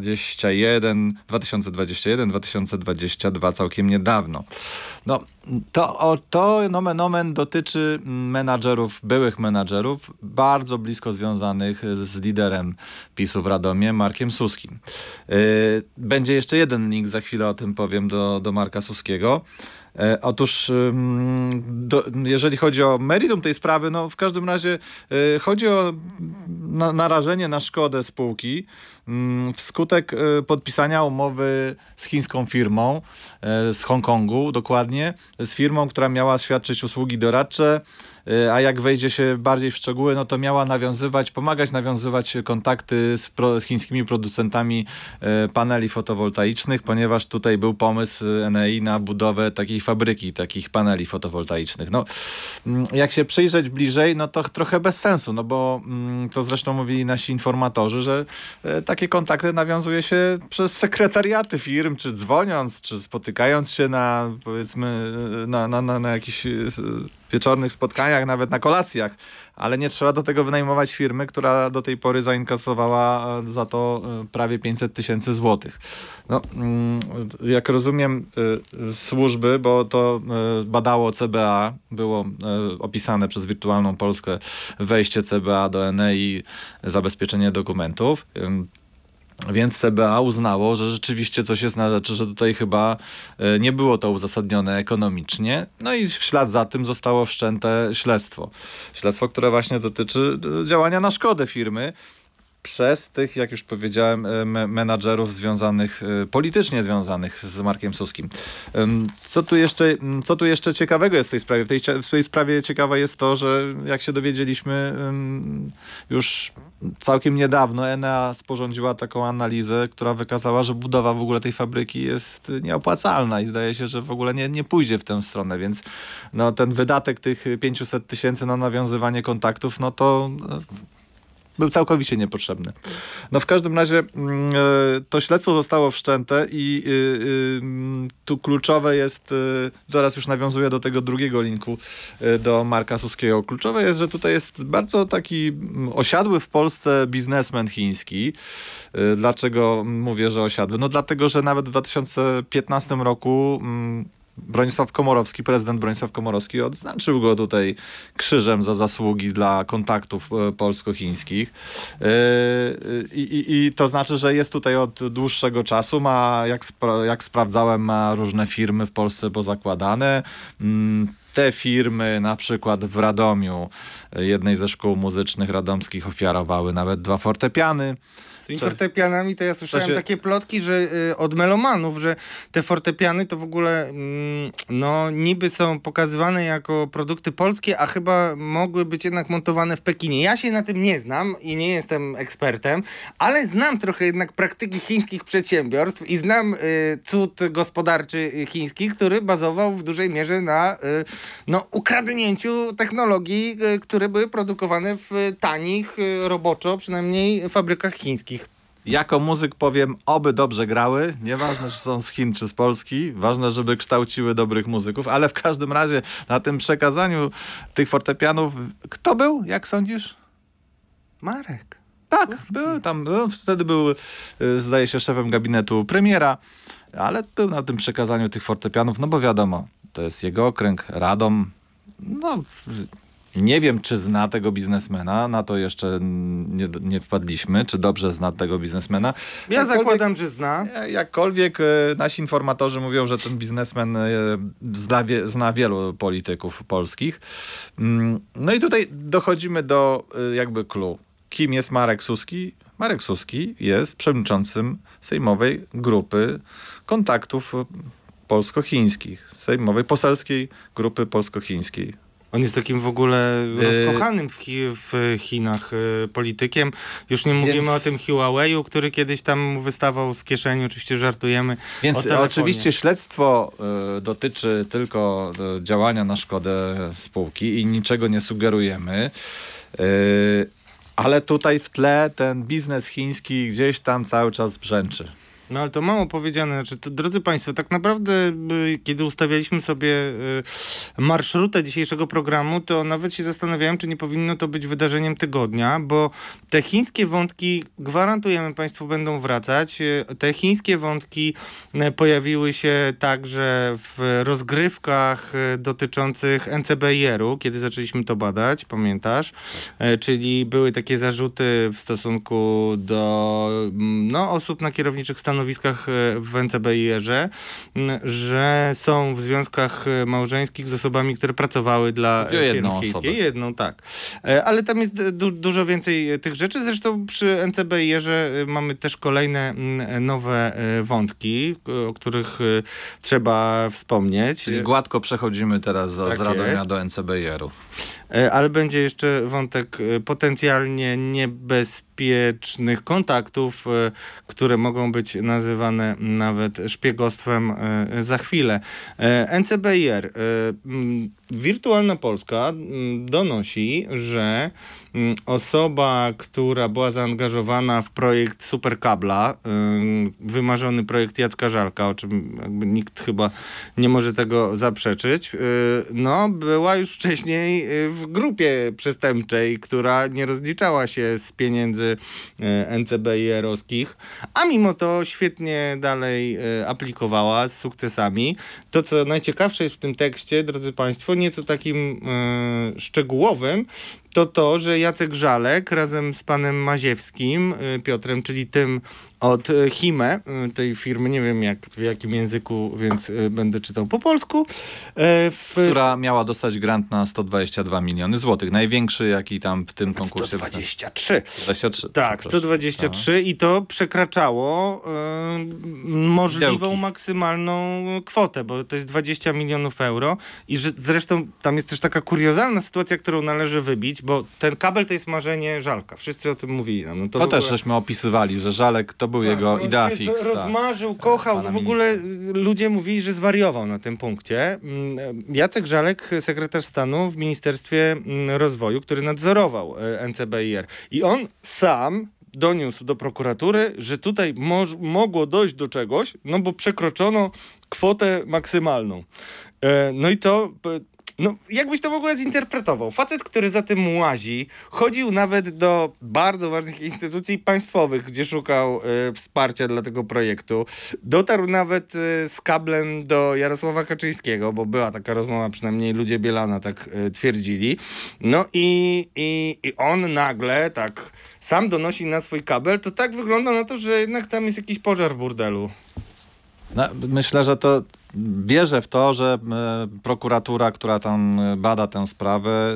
2021-2022, całkiem niedawno. No, to nomen omen dotyczy byłych menadżerów, bardzo blisko związanych z liderem PiS-u w Radomie, Markiem Suskim. Będzie jeszcze jeden link, za chwilę o tym powiem, do Marka Suskiego. Otóż jeżeli chodzi o meritum tej sprawy, no w każdym razie chodzi o narażenie na szkodę spółki wskutek podpisania umowy z chińską firmą z Hongkongu, dokładnie, z firmą, która miała świadczyć usługi doradcze, a jak wejdzie się bardziej w szczegóły, no to miała pomagać nawiązywać kontakty z chińskimi producentami paneli fotowoltaicznych, ponieważ tutaj był pomysł Enei na budowę takiej fabryki, takich paneli fotowoltaicznych. No, jak się przyjrzeć bliżej, no to trochę bez sensu, no bo to zresztą mówili nasi informatorzy, że takie kontakty nawiązuje się przez sekretariaty firm, czy dzwoniąc, czy spotykając się na, powiedzmy, na jakichś wieczornych spotkaniach, nawet na kolacjach, ale nie trzeba do tego wynajmować firmy, która do tej pory zainkasowała za to prawie 500 000 złotych. No, jak rozumiem, służby, bo to badało CBA, było opisane przez Wirtualną Polskę wejście CBA do Enei, zabezpieczenie dokumentów. Więc CBA uznało, że rzeczywiście coś jest na rzeczy, że tutaj chyba nie było to uzasadnione ekonomicznie. No i w ślad za tym zostało wszczęte śledztwo. Śledztwo, które właśnie dotyczy działania na szkodę firmy przez tych, jak już powiedziałem, menadżerów związanych, politycznie związanych z Markiem Suskim. Co tu jeszcze ciekawego jest w tej sprawie? W tej sprawie ciekawe jest to, że jak się dowiedzieliśmy już całkiem niedawno, Enea sporządziła taką analizę, która wykazała, że budowa w ogóle tej fabryki jest nieopłacalna i zdaje się, że w ogóle nie pójdzie w tę stronę, więc no, ten wydatek tych 500 000 na nawiązywanie kontaktów, no to był całkowicie niepotrzebny. No w każdym razie to śledztwo zostało wszczęte i tu kluczowe jest, teraz już nawiązuję do tego drugiego linku do Marka Suskiego. Kluczowe jest, że tutaj jest bardzo taki osiadły w Polsce biznesmen chiński. Dlaczego mówię, że osiadły? No dlatego, że nawet w 2015 roku prezydent Bronisław Komorowski odznaczył go tutaj krzyżem za zasługi dla kontaktów polsko-chińskich. I to znaczy, że jest tutaj od dłuższego czasu, jak sprawdzałem, ma różne firmy w Polsce pozakładane. Te firmy, na przykład w Radomiu, jednej ze szkół muzycznych radomskich, ofiarowały nawet 2 fortepiany. Z tymi fortepianami to ja słyszałem takie plotki, że od melomanów, że te fortepiany to w ogóle no niby są pokazywane jako produkty polskie, a chyba mogły być jednak montowane w Pekinie. Ja się na tym nie znam i nie jestem ekspertem, ale znam trochę jednak praktyki chińskich przedsiębiorstw i znam cud gospodarczy chiński, który bazował w dużej mierze na ukradnięciu technologii, które były produkowane w tanich, roboczo przynajmniej fabrykach chińskich. Jako muzyk powiem, oby dobrze grały, nieważne czy są z Chin czy z Polski, ważne, żeby kształciły dobrych muzyków, ale w każdym razie na tym przekazaniu tych fortepianów, kto był, jak sądzisz? Marek. Tak, wtedy był, zdaje się, szefem gabinetu premiera, ale był na tym przekazaniu tych fortepianów, no bo wiadomo, to jest jego okręg, Radom, no... Nie wiem, czy zna tego biznesmena, na to jeszcze nie wpadliśmy, czy dobrze zna tego biznesmena. Ja zakładam, że zna. Jakkolwiek nasi informatorzy mówią, że ten biznesmen zna wielu polityków polskich. No i tutaj dochodzimy do jakby clue. Kim jest Marek Suski? Marek Suski jest przewodniczącym Sejmowej Grupy Kontaktów Polsko-Chińskich. Sejmowej Poselskiej Grupy Polsko-Chińskiej. On jest takim w ogóle rozkochanym w Chinach politykiem. Już nie mówimy o tym Huawei'u, który kiedyś tam wystawał z kieszeni, oczywiście żartujemy. Więc oczywiście śledztwo dotyczy tylko działania na szkodę spółki i niczego nie sugerujemy. Ale tutaj w tle ten biznes chiński gdzieś tam cały czas brzęczy. No ale to mało powiedziane. Znaczy, drodzy Państwo, tak naprawdę kiedy ustawialiśmy sobie marszrutę dzisiejszego programu, to nawet się zastanawiałem, czy nie powinno to być wydarzeniem tygodnia, bo te chińskie wątki, gwarantujemy Państwu, będą wracać. Te chińskie wątki pojawiły się także w rozgrywkach dotyczących NCBR-u, kiedy zaczęliśmy to badać, pamiętasz? Czyli były takie zarzuty w stosunku do osób na kierowniczych stanowiskach w NCBR-ze, że są w związkach małżeńskich z osobami, które pracowały dla firm chińskiej. Jedną, tak. Ale tam jest dużo więcej tych rzeczy. Zresztą przy NCBR-ze mamy też kolejne nowe wątki, o których trzeba wspomnieć. Czyli gładko przechodzimy teraz z Radomia do NCBR-u. Ale będzie jeszcze wątek potencjalnie niebezpiecznych kontaktów, które mogą być nazywane nawet szpiegostwem za chwilę. NCBR, Wirtualna Polska donosi, że osoba, która była zaangażowana w projekt Superkabla, wymarzony projekt Jacka Żalka, o czym jakby nikt chyba nie może tego zaprzeczyć, była już wcześniej w grupie przestępczej, która nie rozliczała się z pieniędzy NCBR-owskich, a mimo to świetnie dalej aplikowała z sukcesami. To, co najciekawsze jest w tym tekście, drodzy Państwo, nieco takim szczegółowym, to, że Jacek Żalek razem z panem Maziewskim, Piotrem, czyli tym od Hime, tej firmy, nie wiem w jakim języku, więc będę czytał po polsku. Która miała dostać grant na 122 miliony złotych. Największy, jaki tam w tym konkursie. 123. 23. Tak, 123 i to przekraczało możliwą maksymalną kwotę, bo to jest 20 milionów euro i zresztą tam jest też taka kuriozalna sytuacja, którą należy wybić, bo ten kabel to jest marzenie Żalka. Wszyscy o tym mówili. No to też żeśmy opisywali, że Żalek to był jego idea fix. Rozmarzył, kochał. W ogóle ludzie mówili, że zwariował na tym punkcie. Jacek Żalek, sekretarz stanu w Ministerstwie Rozwoju, który nadzorował NCBiR. I on sam doniósł do prokuratury, że tutaj mogło dojść do czegoś, no bo przekroczono kwotę maksymalną. No i to... No, jakbyś to w ogóle zinterpretował? Facet, który za tym łazi, chodził nawet do bardzo ważnych instytucji państwowych, gdzie szukał wsparcia dla tego projektu. Dotarł nawet z kablem do Jarosława Kaczyńskiego, bo była taka rozmowa, przynajmniej ludzie Bielana tak twierdzili. No i on nagle tak sam donosi na swój kabel, to tak wygląda na to, że jednak tam jest jakiś pożar w burdelu. No, myślę, że to wierzę w to, że prokuratura, która tam bada tę sprawę,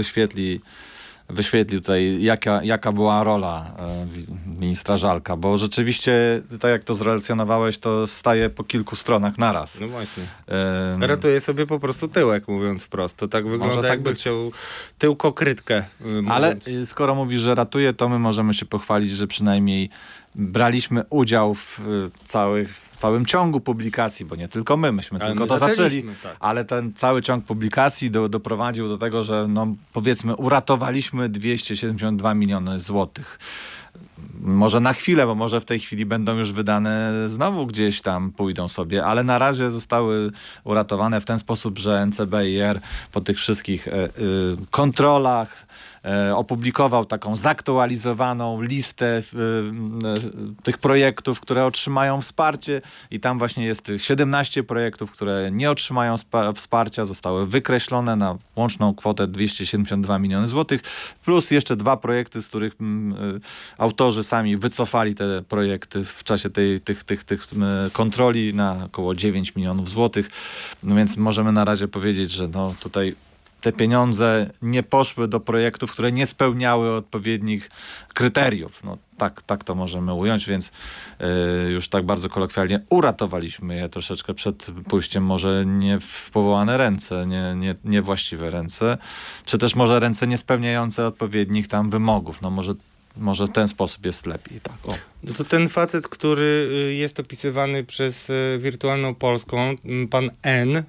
wyświetli tutaj, jaka była rola ministra Żalka, bo rzeczywiście, tak jak to zrelacjonowałeś, to staje po kilku stronach naraz. No właśnie. Ratuje sobie po prostu tyłek, mówiąc wprost. To tak wygląda, tak jakby chciał tyłkokrytkę. Ale skoro mówisz, że ratuje, to my możemy się pochwalić, że przynajmniej braliśmy udział w całym ciągu publikacji, bo nie tylko myśmy ale tylko to zaczęli, tak. Ale ten cały ciąg publikacji doprowadził do tego, że no, powiedzmy uratowaliśmy 272 miliony złotych. Może na chwilę, bo może w tej chwili będą już wydane znowu gdzieś tam pójdą sobie, ale na razie zostały uratowane w ten sposób, że NCBiR po tych wszystkich kontrolach opublikował taką zaktualizowaną listę tych projektów, które otrzymają wsparcie i tam właśnie jest tych 17 projektów, które nie otrzymają wsparcia, zostały wykreślone na łączną kwotę 272 miliony złotych, plus jeszcze 2 projekty, z których autorzy sami wycofali te projekty w czasie tych kontroli na około 9 milionów złotych. No więc możemy na razie powiedzieć, że no tutaj te pieniądze nie poszły do projektów, które nie spełniały odpowiednich kryteriów. No, tak to możemy ująć, więc już tak bardzo kolokwialnie uratowaliśmy je troszeczkę przed pójściem może nie w powołane ręce, nie właściwe ręce, czy też może ręce nie spełniające odpowiednich tam wymogów. No może w ten sposób jest lepiej. Tak. O. No to ten facet, który jest opisywany przez Wirtualną Polską, pan N,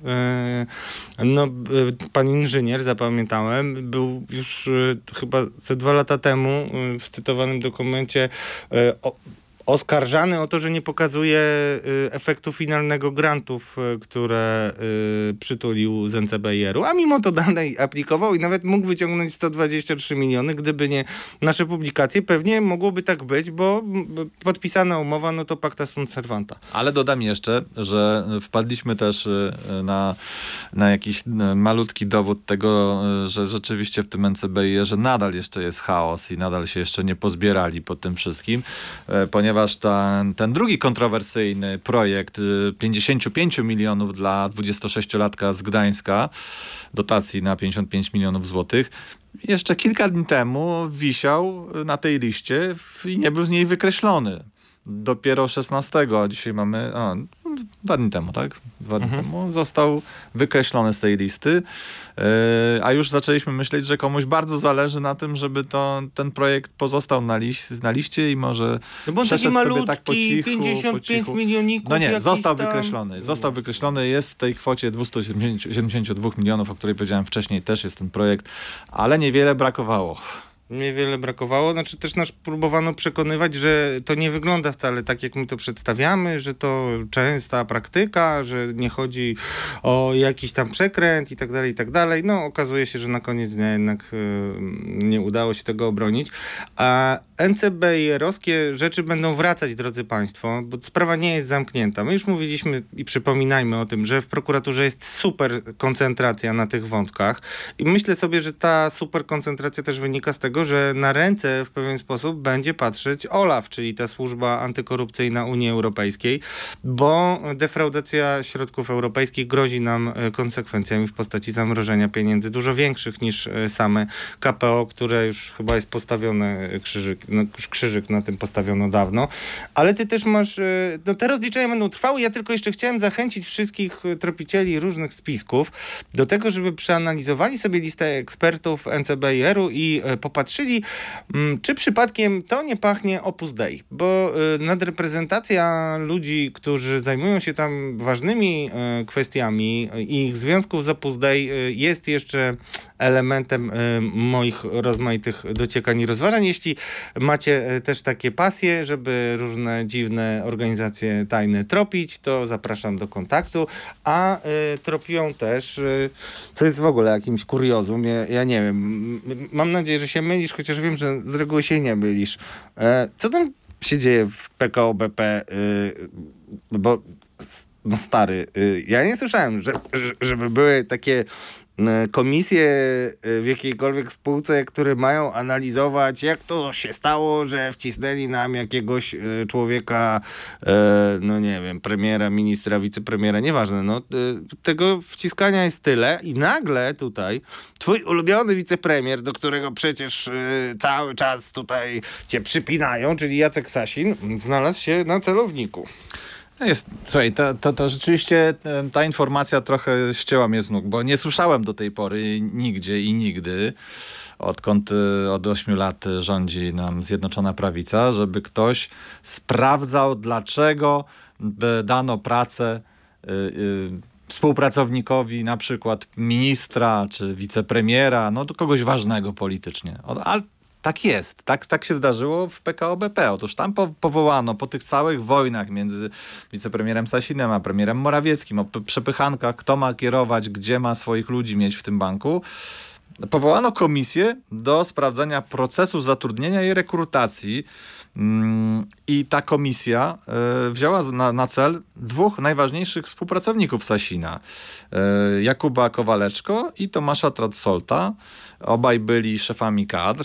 pan inżynier, zapamiętałem, był już chyba ze 2 lata temu w cytowanym dokumencie oskarżany o to, że nie pokazuje efektu finalnego grantów, które przytulił z NCBiR-u, a mimo to dalej aplikował i nawet mógł wyciągnąć 123 miliony. Gdyby nie nasze publikacje, pewnie mogłoby tak być, bo podpisana umowa, no to pacta sunt servanta. Ale dodam jeszcze, że wpadliśmy też na jakiś malutki dowód tego, że rzeczywiście w tym NCBiR-ze nadal jeszcze jest chaos i nadal się jeszcze nie pozbierali po tym wszystkim, ponieważ ten drugi kontrowersyjny projekt 55 milionów dla 26-latka z Gdańska, dotacji na 55 milionów złotych, jeszcze kilka dni temu wisiał na tej liście i nie był z niej wykreślony. Dopiero 16, a dzisiaj mamy... 2 dni temu, tak? 2 dni temu został wykreślony z tej listy, a już zaczęliśmy myśleć, że komuś bardzo zależy na tym, żeby ten projekt pozostał na liście i może no bo przeszedł taki sobie tak po cichu. 55 milioników. No nie, został wykreślony. Został wykreślony, jest w tej kwocie 272 milionów, o której powiedziałem wcześniej, też jest ten projekt, ale niewiele brakowało. Niewiele brakowało. Znaczy też nas próbowano przekonywać, że to nie wygląda wcale tak, jak my to przedstawiamy, że to częsta praktyka, że nie chodzi o jakiś tam przekręt i tak dalej, i tak dalej. No okazuje się, że na koniec dnia jednak nie udało się tego obronić. A NCBR-owskie rzeczy będą wracać, drodzy Państwo, bo sprawa nie jest zamknięta. My już mówiliśmy i przypominajmy o tym, że w prokuraturze jest super koncentracja na tych wątkach i myślę sobie, że ta super koncentracja też wynika z tego, że na ręce w pewien sposób będzie patrzeć OLAF, czyli ta służba antykorupcyjna Unii Europejskiej, bo defraudacja środków europejskich grozi nam konsekwencjami w postaci zamrożenia pieniędzy dużo większych niż same KPO, które już chyba jest postawione krzyżyk na tym postawiono dawno. Ale ty też masz, no te rozliczenia będą trwały. Ja tylko jeszcze chciałem zachęcić wszystkich tropicieli różnych spisków do tego, żeby przeanalizowali sobie listę ekspertów NCBR-u i popatrzyli, czy przypadkiem to nie pachnie Opus Dei, bo nadreprezentacja ludzi, którzy zajmują się tam ważnymi kwestiami i ich związków z Opus Dei jest jeszcze elementem moich rozmaitych dociekań i rozważań. Jeśli macie też takie pasje, żeby różne dziwne organizacje tajne tropić, to zapraszam do kontaktu, a tropią też, co jest w ogóle jakimś kuriozum, ja nie wiem, mam nadzieję, że się mylisz, chociaż wiem, że z reguły się nie mylisz. Co tam się dzieje w PKO BP, bo no stary, ja nie słyszałem, żeby były takie komisje w jakiejkolwiek spółce, które mają analizować, jak to się stało, że wcisnęli nam jakiegoś człowieka, no nie wiem, premiera, ministra, wicepremiera, nieważne. No, tego wciskania jest tyle i nagle tutaj twój ulubiony wicepremier, do którego przecież cały czas tutaj cię przypinają, czyli Jacek Sasin, znalazł się na celowniku. Słuchaj, to rzeczywiście ta informacja trochę ścięła mnie z nóg, bo nie słyszałem do tej pory nigdzie i nigdy, odkąd od 8 lat rządzi nam Zjednoczona Prawica, żeby ktoś sprawdzał, dlaczego dano pracę współpracownikowi, na przykład ministra czy wicepremiera, no to kogoś ważnego politycznie. Ale tak jest. Tak się zdarzyło w PKO BP. Otóż tam powołano po tych całych wojnach między wicepremierem Sasinem a premierem Morawieckim, o przepychankach, kto ma kierować, gdzie ma swoich ludzi mieć w tym banku, powołano komisję do sprawdzania procesu zatrudnienia i rekrutacji. I ta komisja wzięła na cel dwóch najważniejszych współpracowników Sasina. Jakuba Kowaleczko i Tomasza Trotsolta. Obaj byli szefami kadr.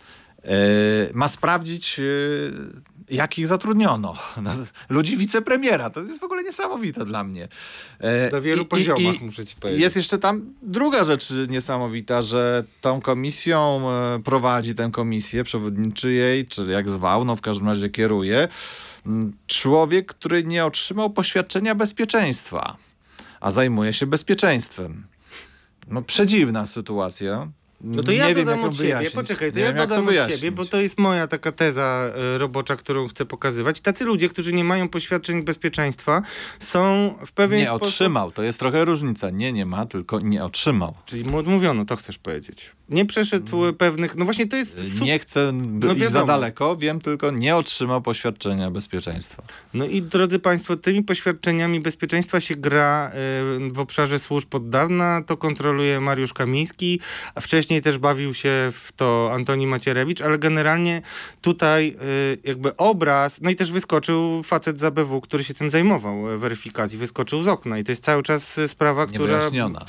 Ma sprawdzić, jak ich zatrudniono. Ludzi wicepremiera. To jest w ogóle niesamowite dla mnie. Na wielu poziomach, muszę ci powiedzieć. Jest jeszcze tam druga rzecz niesamowita, że tą komisją prowadzi tę komisję, przewodniczy jej, czy jak zwał, no w każdym razie kieruje, człowiek, który nie otrzymał poświadczenia bezpieczeństwa, a zajmuje się bezpieczeństwem. No przedziwna sytuacja. No to ja nie dodam wiem, od siebie, poczekaj, to ja dodam od siebie, bo to jest moja taka teza robocza, którą chcę pokazywać. Tacy ludzie, którzy nie mają poświadczeń bezpieczeństwa, są w pewien sposób... Nie otrzymał, to jest trochę różnica. Nie ma, tylko nie otrzymał. Czyli mu odmówiono, to chcesz powiedzieć. Nie przeszedł pewnych... No właśnie to jest... Nie chcę iść za daleko, wiem tylko, nie otrzymał poświadczenia bezpieczeństwa. No i drodzy Państwo, tymi poświadczeniami bezpieczeństwa się gra w obszarze służb od dawna. To kontroluje Mariusz Kamiński, a wcześniej też bawił się w to Antoni Macierewicz, ale generalnie tutaj jakby obraz, no i też wyskoczył facet z ABW, który się tym zajmował, weryfikacji, wyskoczył z okna i to jest cały czas sprawa, która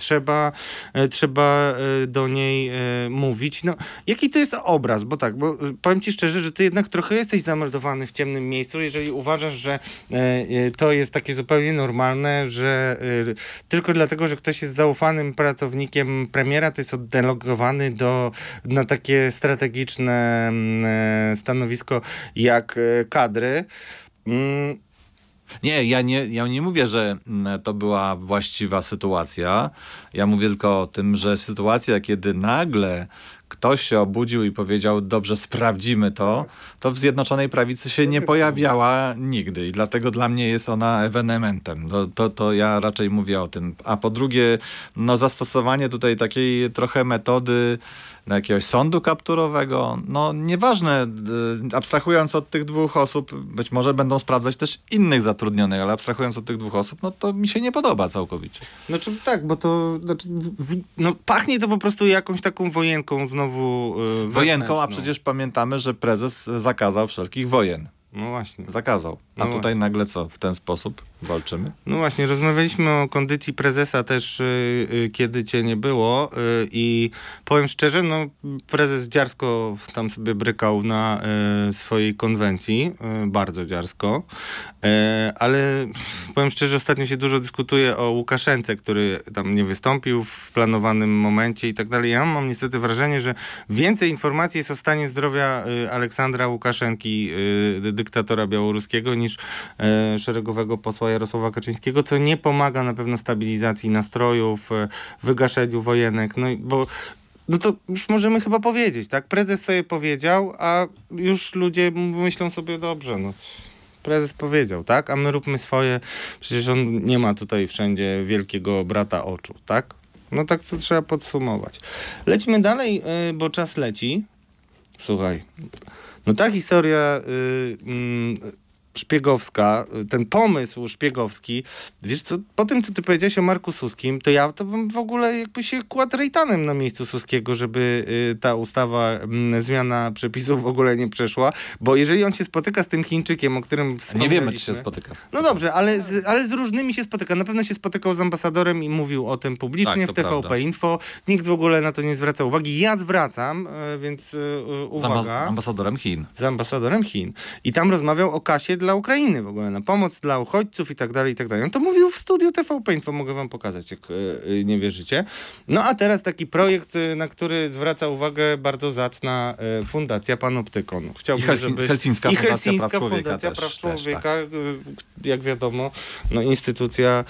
trzeba do niej mówić. No, jaki to jest obraz? Bo powiem ci szczerze, że ty jednak trochę jesteś zameldowany w ciemnym miejscu, jeżeli uważasz, że to jest takie zupełnie normalne, że tylko dlatego, że ktoś jest zaufanym pracownikiem premiera, to jest oddelegowany na takie strategiczne stanowisko jak kadry. Nie, ja nie mówię, że to była właściwa sytuacja. Ja mówię tylko o tym, że sytuacja, kiedy nagle ktoś się obudził i powiedział, dobrze, sprawdzimy to w Zjednoczonej Prawicy się nie pojawiała nigdy i dlatego dla mnie jest ona ewenementem. To ja raczej mówię o tym. A po drugie, no zastosowanie tutaj takiej trochę metody jakiegoś sądu kapturowego, no nieważne, abstrahując od tych dwóch osób, być może będą sprawdzać też innych zatrudnionych, ale abstrahując od tych dwóch osób, no to mi się nie podoba całkowicie. Znaczy tak, bo to pachnie to po prostu jakąś taką wojenką znowu Wojenką, a wewnętrzną. przecież pamiętamy, że prezes zakazał wszelkich wojen. No właśnie. Zakazał. A No tutaj właśnie. nagle co? W ten sposób walczymy? No właśnie, rozmawialiśmy o kondycji prezesa też, kiedy cię nie było i powiem szczerze, no prezes dziarsko tam sobie brykał na swojej konwencji, bardzo dziarsko, ale powiem szczerze, ostatnio się dużo dyskutuje o Łukaszence, który tam nie wystąpił w planowanym momencie i tak dalej. Ja mam niestety wrażenie, że więcej informacji jest o stanie zdrowia Aleksandra Łukaszenki, dyktatora białoruskiego, niż szeregowego posła Jarosława Kaczyńskiego, co nie pomaga na pewno stabilizacji nastrojów, wygaszeniu wojenek, no to już możemy chyba powiedzieć, tak? Prezes sobie powiedział, a już ludzie myślą sobie, dobrze, no prezes powiedział, tak? A my róbmy swoje, przecież on nie ma tutaj wszędzie wielkiego brata oczu, tak? No tak to trzeba podsumować. Lećmy dalej, bo czas leci. Słuchaj, no ta historia szpiegowska, ten pomysł szpiegowski, wiesz co, po tym, co ty powiedziałeś o Marku Suskim, to ja to bym w ogóle jakby się kładł rejtanem na miejscu Suskiego, żeby ta ustawa, zmiana przepisów w ogóle nie przeszła, bo jeżeli on się spotyka z tym Chińczykiem, o którym wspomnieliśmy... Nie wiemy, czy się spotyka. No dobrze, ale z różnymi się spotyka. Na pewno się spotykał z ambasadorem i mówił o tym publicznie Tak, w to TVP prawda. Info. Nikt w ogóle na to nie zwraca uwagi. Ja zwracam, więc uwaga. Ambasadorem Chin. Z ambasadorem Chin. I tam rozmawiał o kasie dla Ukrainy w ogóle, na pomoc dla uchodźców i tak dalej, i tak dalej. On to mówił w studiu TVP Info, mogę wam pokazać, jak nie wierzycie. No a teraz taki projekt, na który zwraca uwagę bardzo zacna fundacja Panoptykon. Chciałbym, żeby... Helsińska Fundacja Praw Człowieka Fundacja też, Praw też, Człowieka, tak. jak wiadomo, no instytucja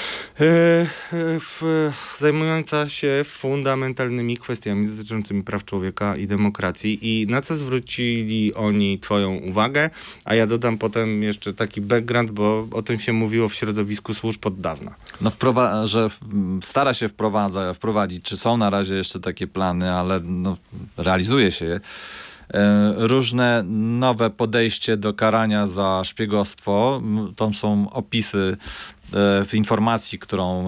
zajmująca się fundamentalnymi kwestiami dotyczącymi praw człowieka i demokracji. I na co zwrócili oni twoją uwagę? A ja dodam potem jeszcze taki background, bo o tym się mówiło w środowisku służb od dawna. No że stara się wprowadzić, czy są na razie jeszcze takie plany, ale no, realizuje się je. Różne nowe podejście do karania za szpiegostwo. To są opisy w informacji, którą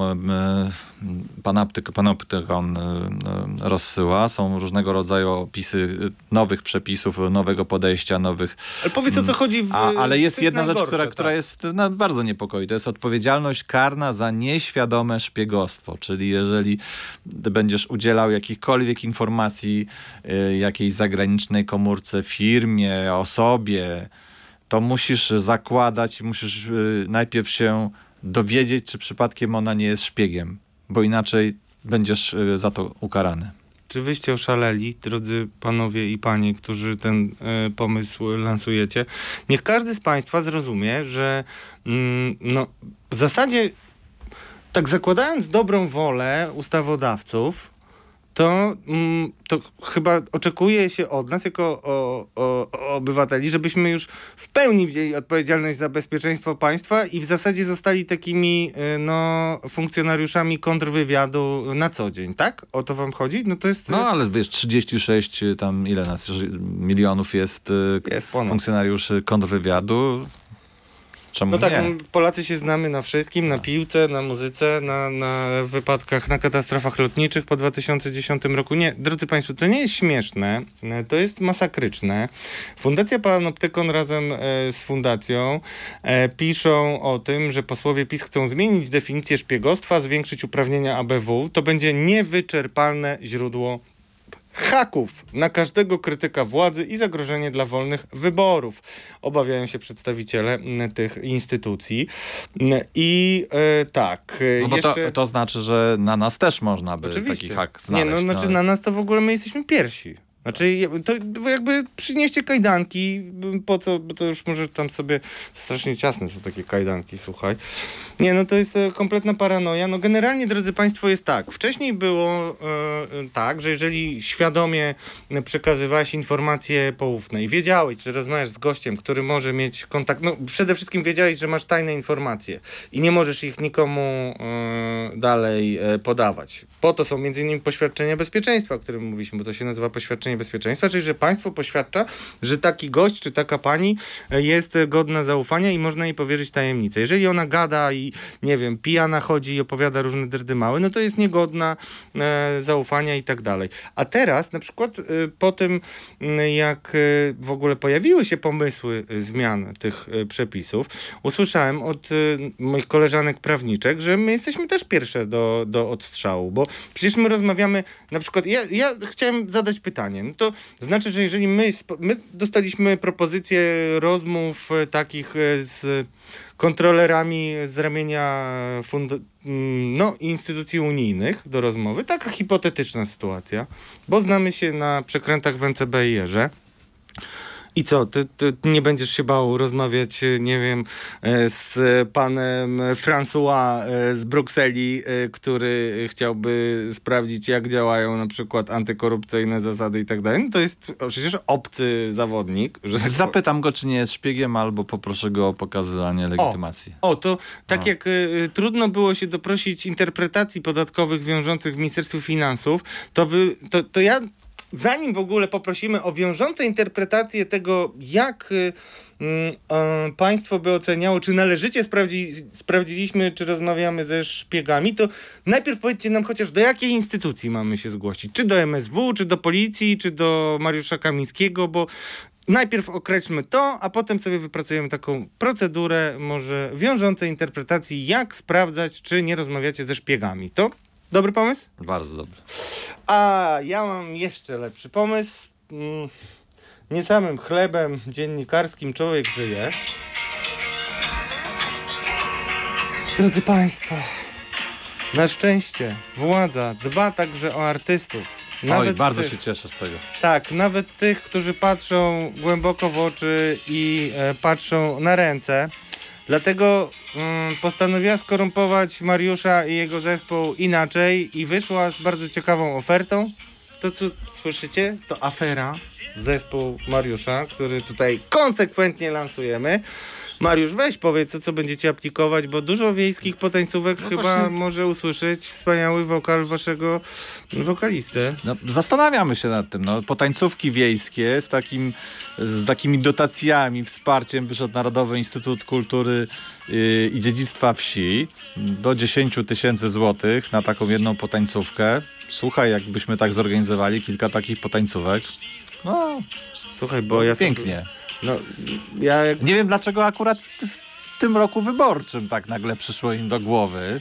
Panoptykon rozsyła. Są różnego rodzaju opisy nowych przepisów, nowego podejścia, nowych... Ale powiedz, o co chodzi Ale jest tych jedna rzecz, najgorsze, która jest bardzo niepokoi. To jest odpowiedzialność karna za nieświadome szpiegostwo. Czyli jeżeli będziesz udzielał jakichkolwiek informacji jakiejś zagranicznej komórce, firmie, osobie, to musisz zakładać, musisz najpierw się dowiedzieć, czy przypadkiem ona nie jest szpiegiem, bo inaczej będziesz za to ukarany. Czy wyście oszaleli, drodzy panowie i panie, którzy ten pomysł lansujecie? Niech każdy z państwa zrozumie, że w zasadzie tak zakładając dobrą wolę ustawodawców, to chyba oczekuje się od nas, jako obywateli, żebyśmy już w pełni wzięli odpowiedzialność za bezpieczeństwo państwa i w zasadzie zostali takimi funkcjonariuszami kontrwywiadu na co dzień, tak? O to wam chodzi? No to jest... No ale wiesz, 36 tam ile nas milionów jest ponad funkcjonariuszy kontrwywiadu. Czemu no tak, nie? Polacy się znamy na wszystkim, na piłce, na muzyce, na wypadkach, na katastrofach lotniczych po 2010 roku. Nie, drodzy państwo, to nie jest śmieszne, to jest masakryczne. Fundacja Panoptykon razem z fundacją piszą o tym, że posłowie PiS chcą zmienić definicję szpiegostwa, zwiększyć uprawnienia ABW. To będzie niewyczerpalne źródło haków na każdego krytyka władzy i zagrożenie dla wolnych wyborów. Obawiają się przedstawiciele tych instytucji. I tak. No bo jeszcze... to znaczy, że na nas też można by Oczywiście. taki hak znaleźć. Nie, znaczy na nas to w ogóle my jesteśmy pierwsi. Znaczy, to jakby przynieście kajdanki, po co, bo to już może tam sobie, strasznie ciasne są takie kajdanki, słuchaj. Nie, no to jest kompletna paranoja. No generalnie, drodzy Państwo, jest tak. Wcześniej było tak, że jeżeli świadomie przekazywałeś informacje poufne i wiedziałeś, że rozmawiasz z gościem, który może mieć kontakt, no przede wszystkim wiedziałeś, że masz tajne informacje i nie możesz ich nikomu dalej podawać. Po to są m.in. poświadczenia bezpieczeństwa, o którym mówiliśmy, bo to się nazywa poświadczenie bezpieczeństwa, czyli że państwo poświadcza, że taki gość czy taka pani jest godna zaufania i można jej powierzyć tajemnicę. Jeżeli ona gada i, nie wiem, pijana chodzi i opowiada różne dyrdymały, no to jest niegodna zaufania i tak dalej. A teraz, na przykład po tym, jak w ogóle pojawiły się pomysły zmian tych przepisów, usłyszałem od moich koleżanek prawniczek, że my jesteśmy też pierwsze do odstrzału, bo przecież my rozmawiamy, na przykład, ja chciałem zadać pytanie, no to znaczy, że jeżeli my dostaliśmy propozycję rozmów takich z kontrolerami z ramienia instytucji unijnych do rozmowy, taka hipotetyczna sytuacja, bo znamy się na przekrętach w NCB i ERze. I co, ty nie będziesz się bał rozmawiać, nie wiem, z panem François z Brukseli, który chciałby sprawdzić, jak działają na przykład antykorupcyjne zasady i tak dalej. No to jest przecież obcy zawodnik. Zapytam go, czy nie jest szpiegiem, albo poproszę go o pokazanie legitymacji. To tak jak trudno było się doprosić interpretacji podatkowych wiążących w Ministerstwie Finansów, to ja... Zanim w ogóle poprosimy o wiążące interpretacje tego, jak państwo by oceniało, czy należycie sprawdziliśmy, czy rozmawiamy ze szpiegami, to najpierw powiedzcie nam chociaż, do jakiej instytucji mamy się zgłosić. Czy do MSW, czy do policji, czy do Mariusza Kamińskiego, bo najpierw określmy to, a potem sobie wypracujemy taką procedurę może wiążącej interpretacji, jak sprawdzać, czy nie rozmawiacie ze szpiegami. To dobry pomysł? Bardzo dobry. A ja mam jeszcze lepszy pomysł. Nie samym chlebem dziennikarskim człowiek żyje. Drodzy Państwo, na szczęście władza dba także o artystów. Oj, bardzo się cieszę z tego. Tak, nawet tych, którzy patrzą głęboko w oczy i patrzą na ręce. Dlatego postanowiła skorumpować Mariusza i jego zespół inaczej i wyszła z bardzo ciekawą ofertą. To, co słyszycie, to afera, zespół Mariusza, który tutaj konsekwentnie lansujemy. Mariusz, weź powiedz, co będziecie aplikować, bo dużo wiejskich potańcówek chyba może usłyszeć wspaniały wokal waszego wokalisty. No, zastanawiamy się nad tym. Potańcówki wiejskie z takimi dotacjami, wsparciem wyszedł Narodowy Instytut Kultury i Dziedzictwa Wsi do 10 000 złotych na taką jedną potańcówkę. Słuchaj, jakbyśmy tak zorganizowali kilka takich potańcówek. No, słuchaj, bo ja pięknie. Nie wiem, dlaczego akurat w tym roku wyborczym tak nagle przyszło im do głowy.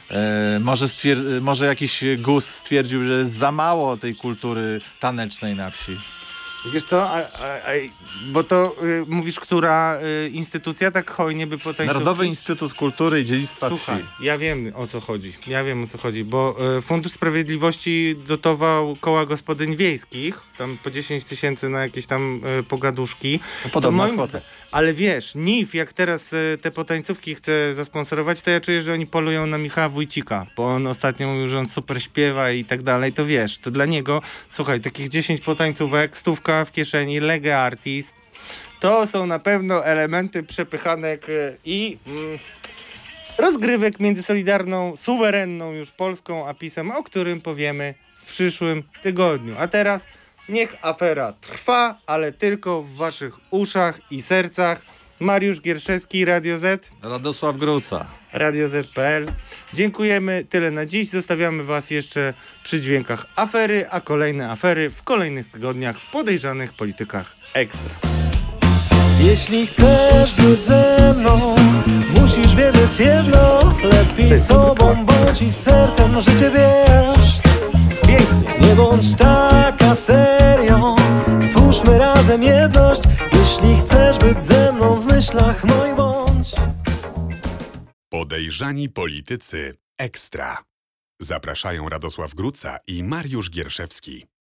Może jakiś GUS stwierdził, że jest za mało tej kultury tanecznej na wsi. Wiesz co, bo to mówisz, która instytucja tak hojnie by potańcówki... Narodowy Instytut Kultury i Dziedzictwa Wsi. Ja wiem o co chodzi, bo Fundusz Sprawiedliwości dotował koła gospodyń wiejskich, tam po 10 000 na jakieś tam pogaduszki. Podobna kwota. Ale wiesz, NIF jak teraz te potańcówki chce zasponsorować, to ja czuję, że oni polują na Michała Wójcika, bo on ostatnio mówił, że on super śpiewa i tak dalej, to wiesz, to dla niego, słuchaj, takich 10 potańcówek, 100 w kieszeni, Lega Artist, to są na pewno elementy przepychanek i rozgrywek między Solidarną, suwerenną już Polską, a PiS-em, o którym powiemy w przyszłym tygodniu. A teraz niech afera trwa, ale tylko w waszych uszach i sercach. Mariusz Gierszewski, Radio Z. Radosław Gruca. Radio Z.pl. Dziękujemy, tyle na dziś. Zostawiamy was jeszcze przy dźwiękach afery, a kolejne afery w kolejnych tygodniach w podejrzanych politykach ekstra. Jeśli chcesz być ze mną, musisz wiedzieć jedno. Lepiej sobą bądź i sercem życie bierz. Pięknie. Nie bądź taka serio, stwórzmy razem jedność. Jeśli chcesz być ze mną w myślach, no i bądź. Podejrzani politycy ekstra. Zapraszają Radosław Gruca i Mariusz Gierszewski.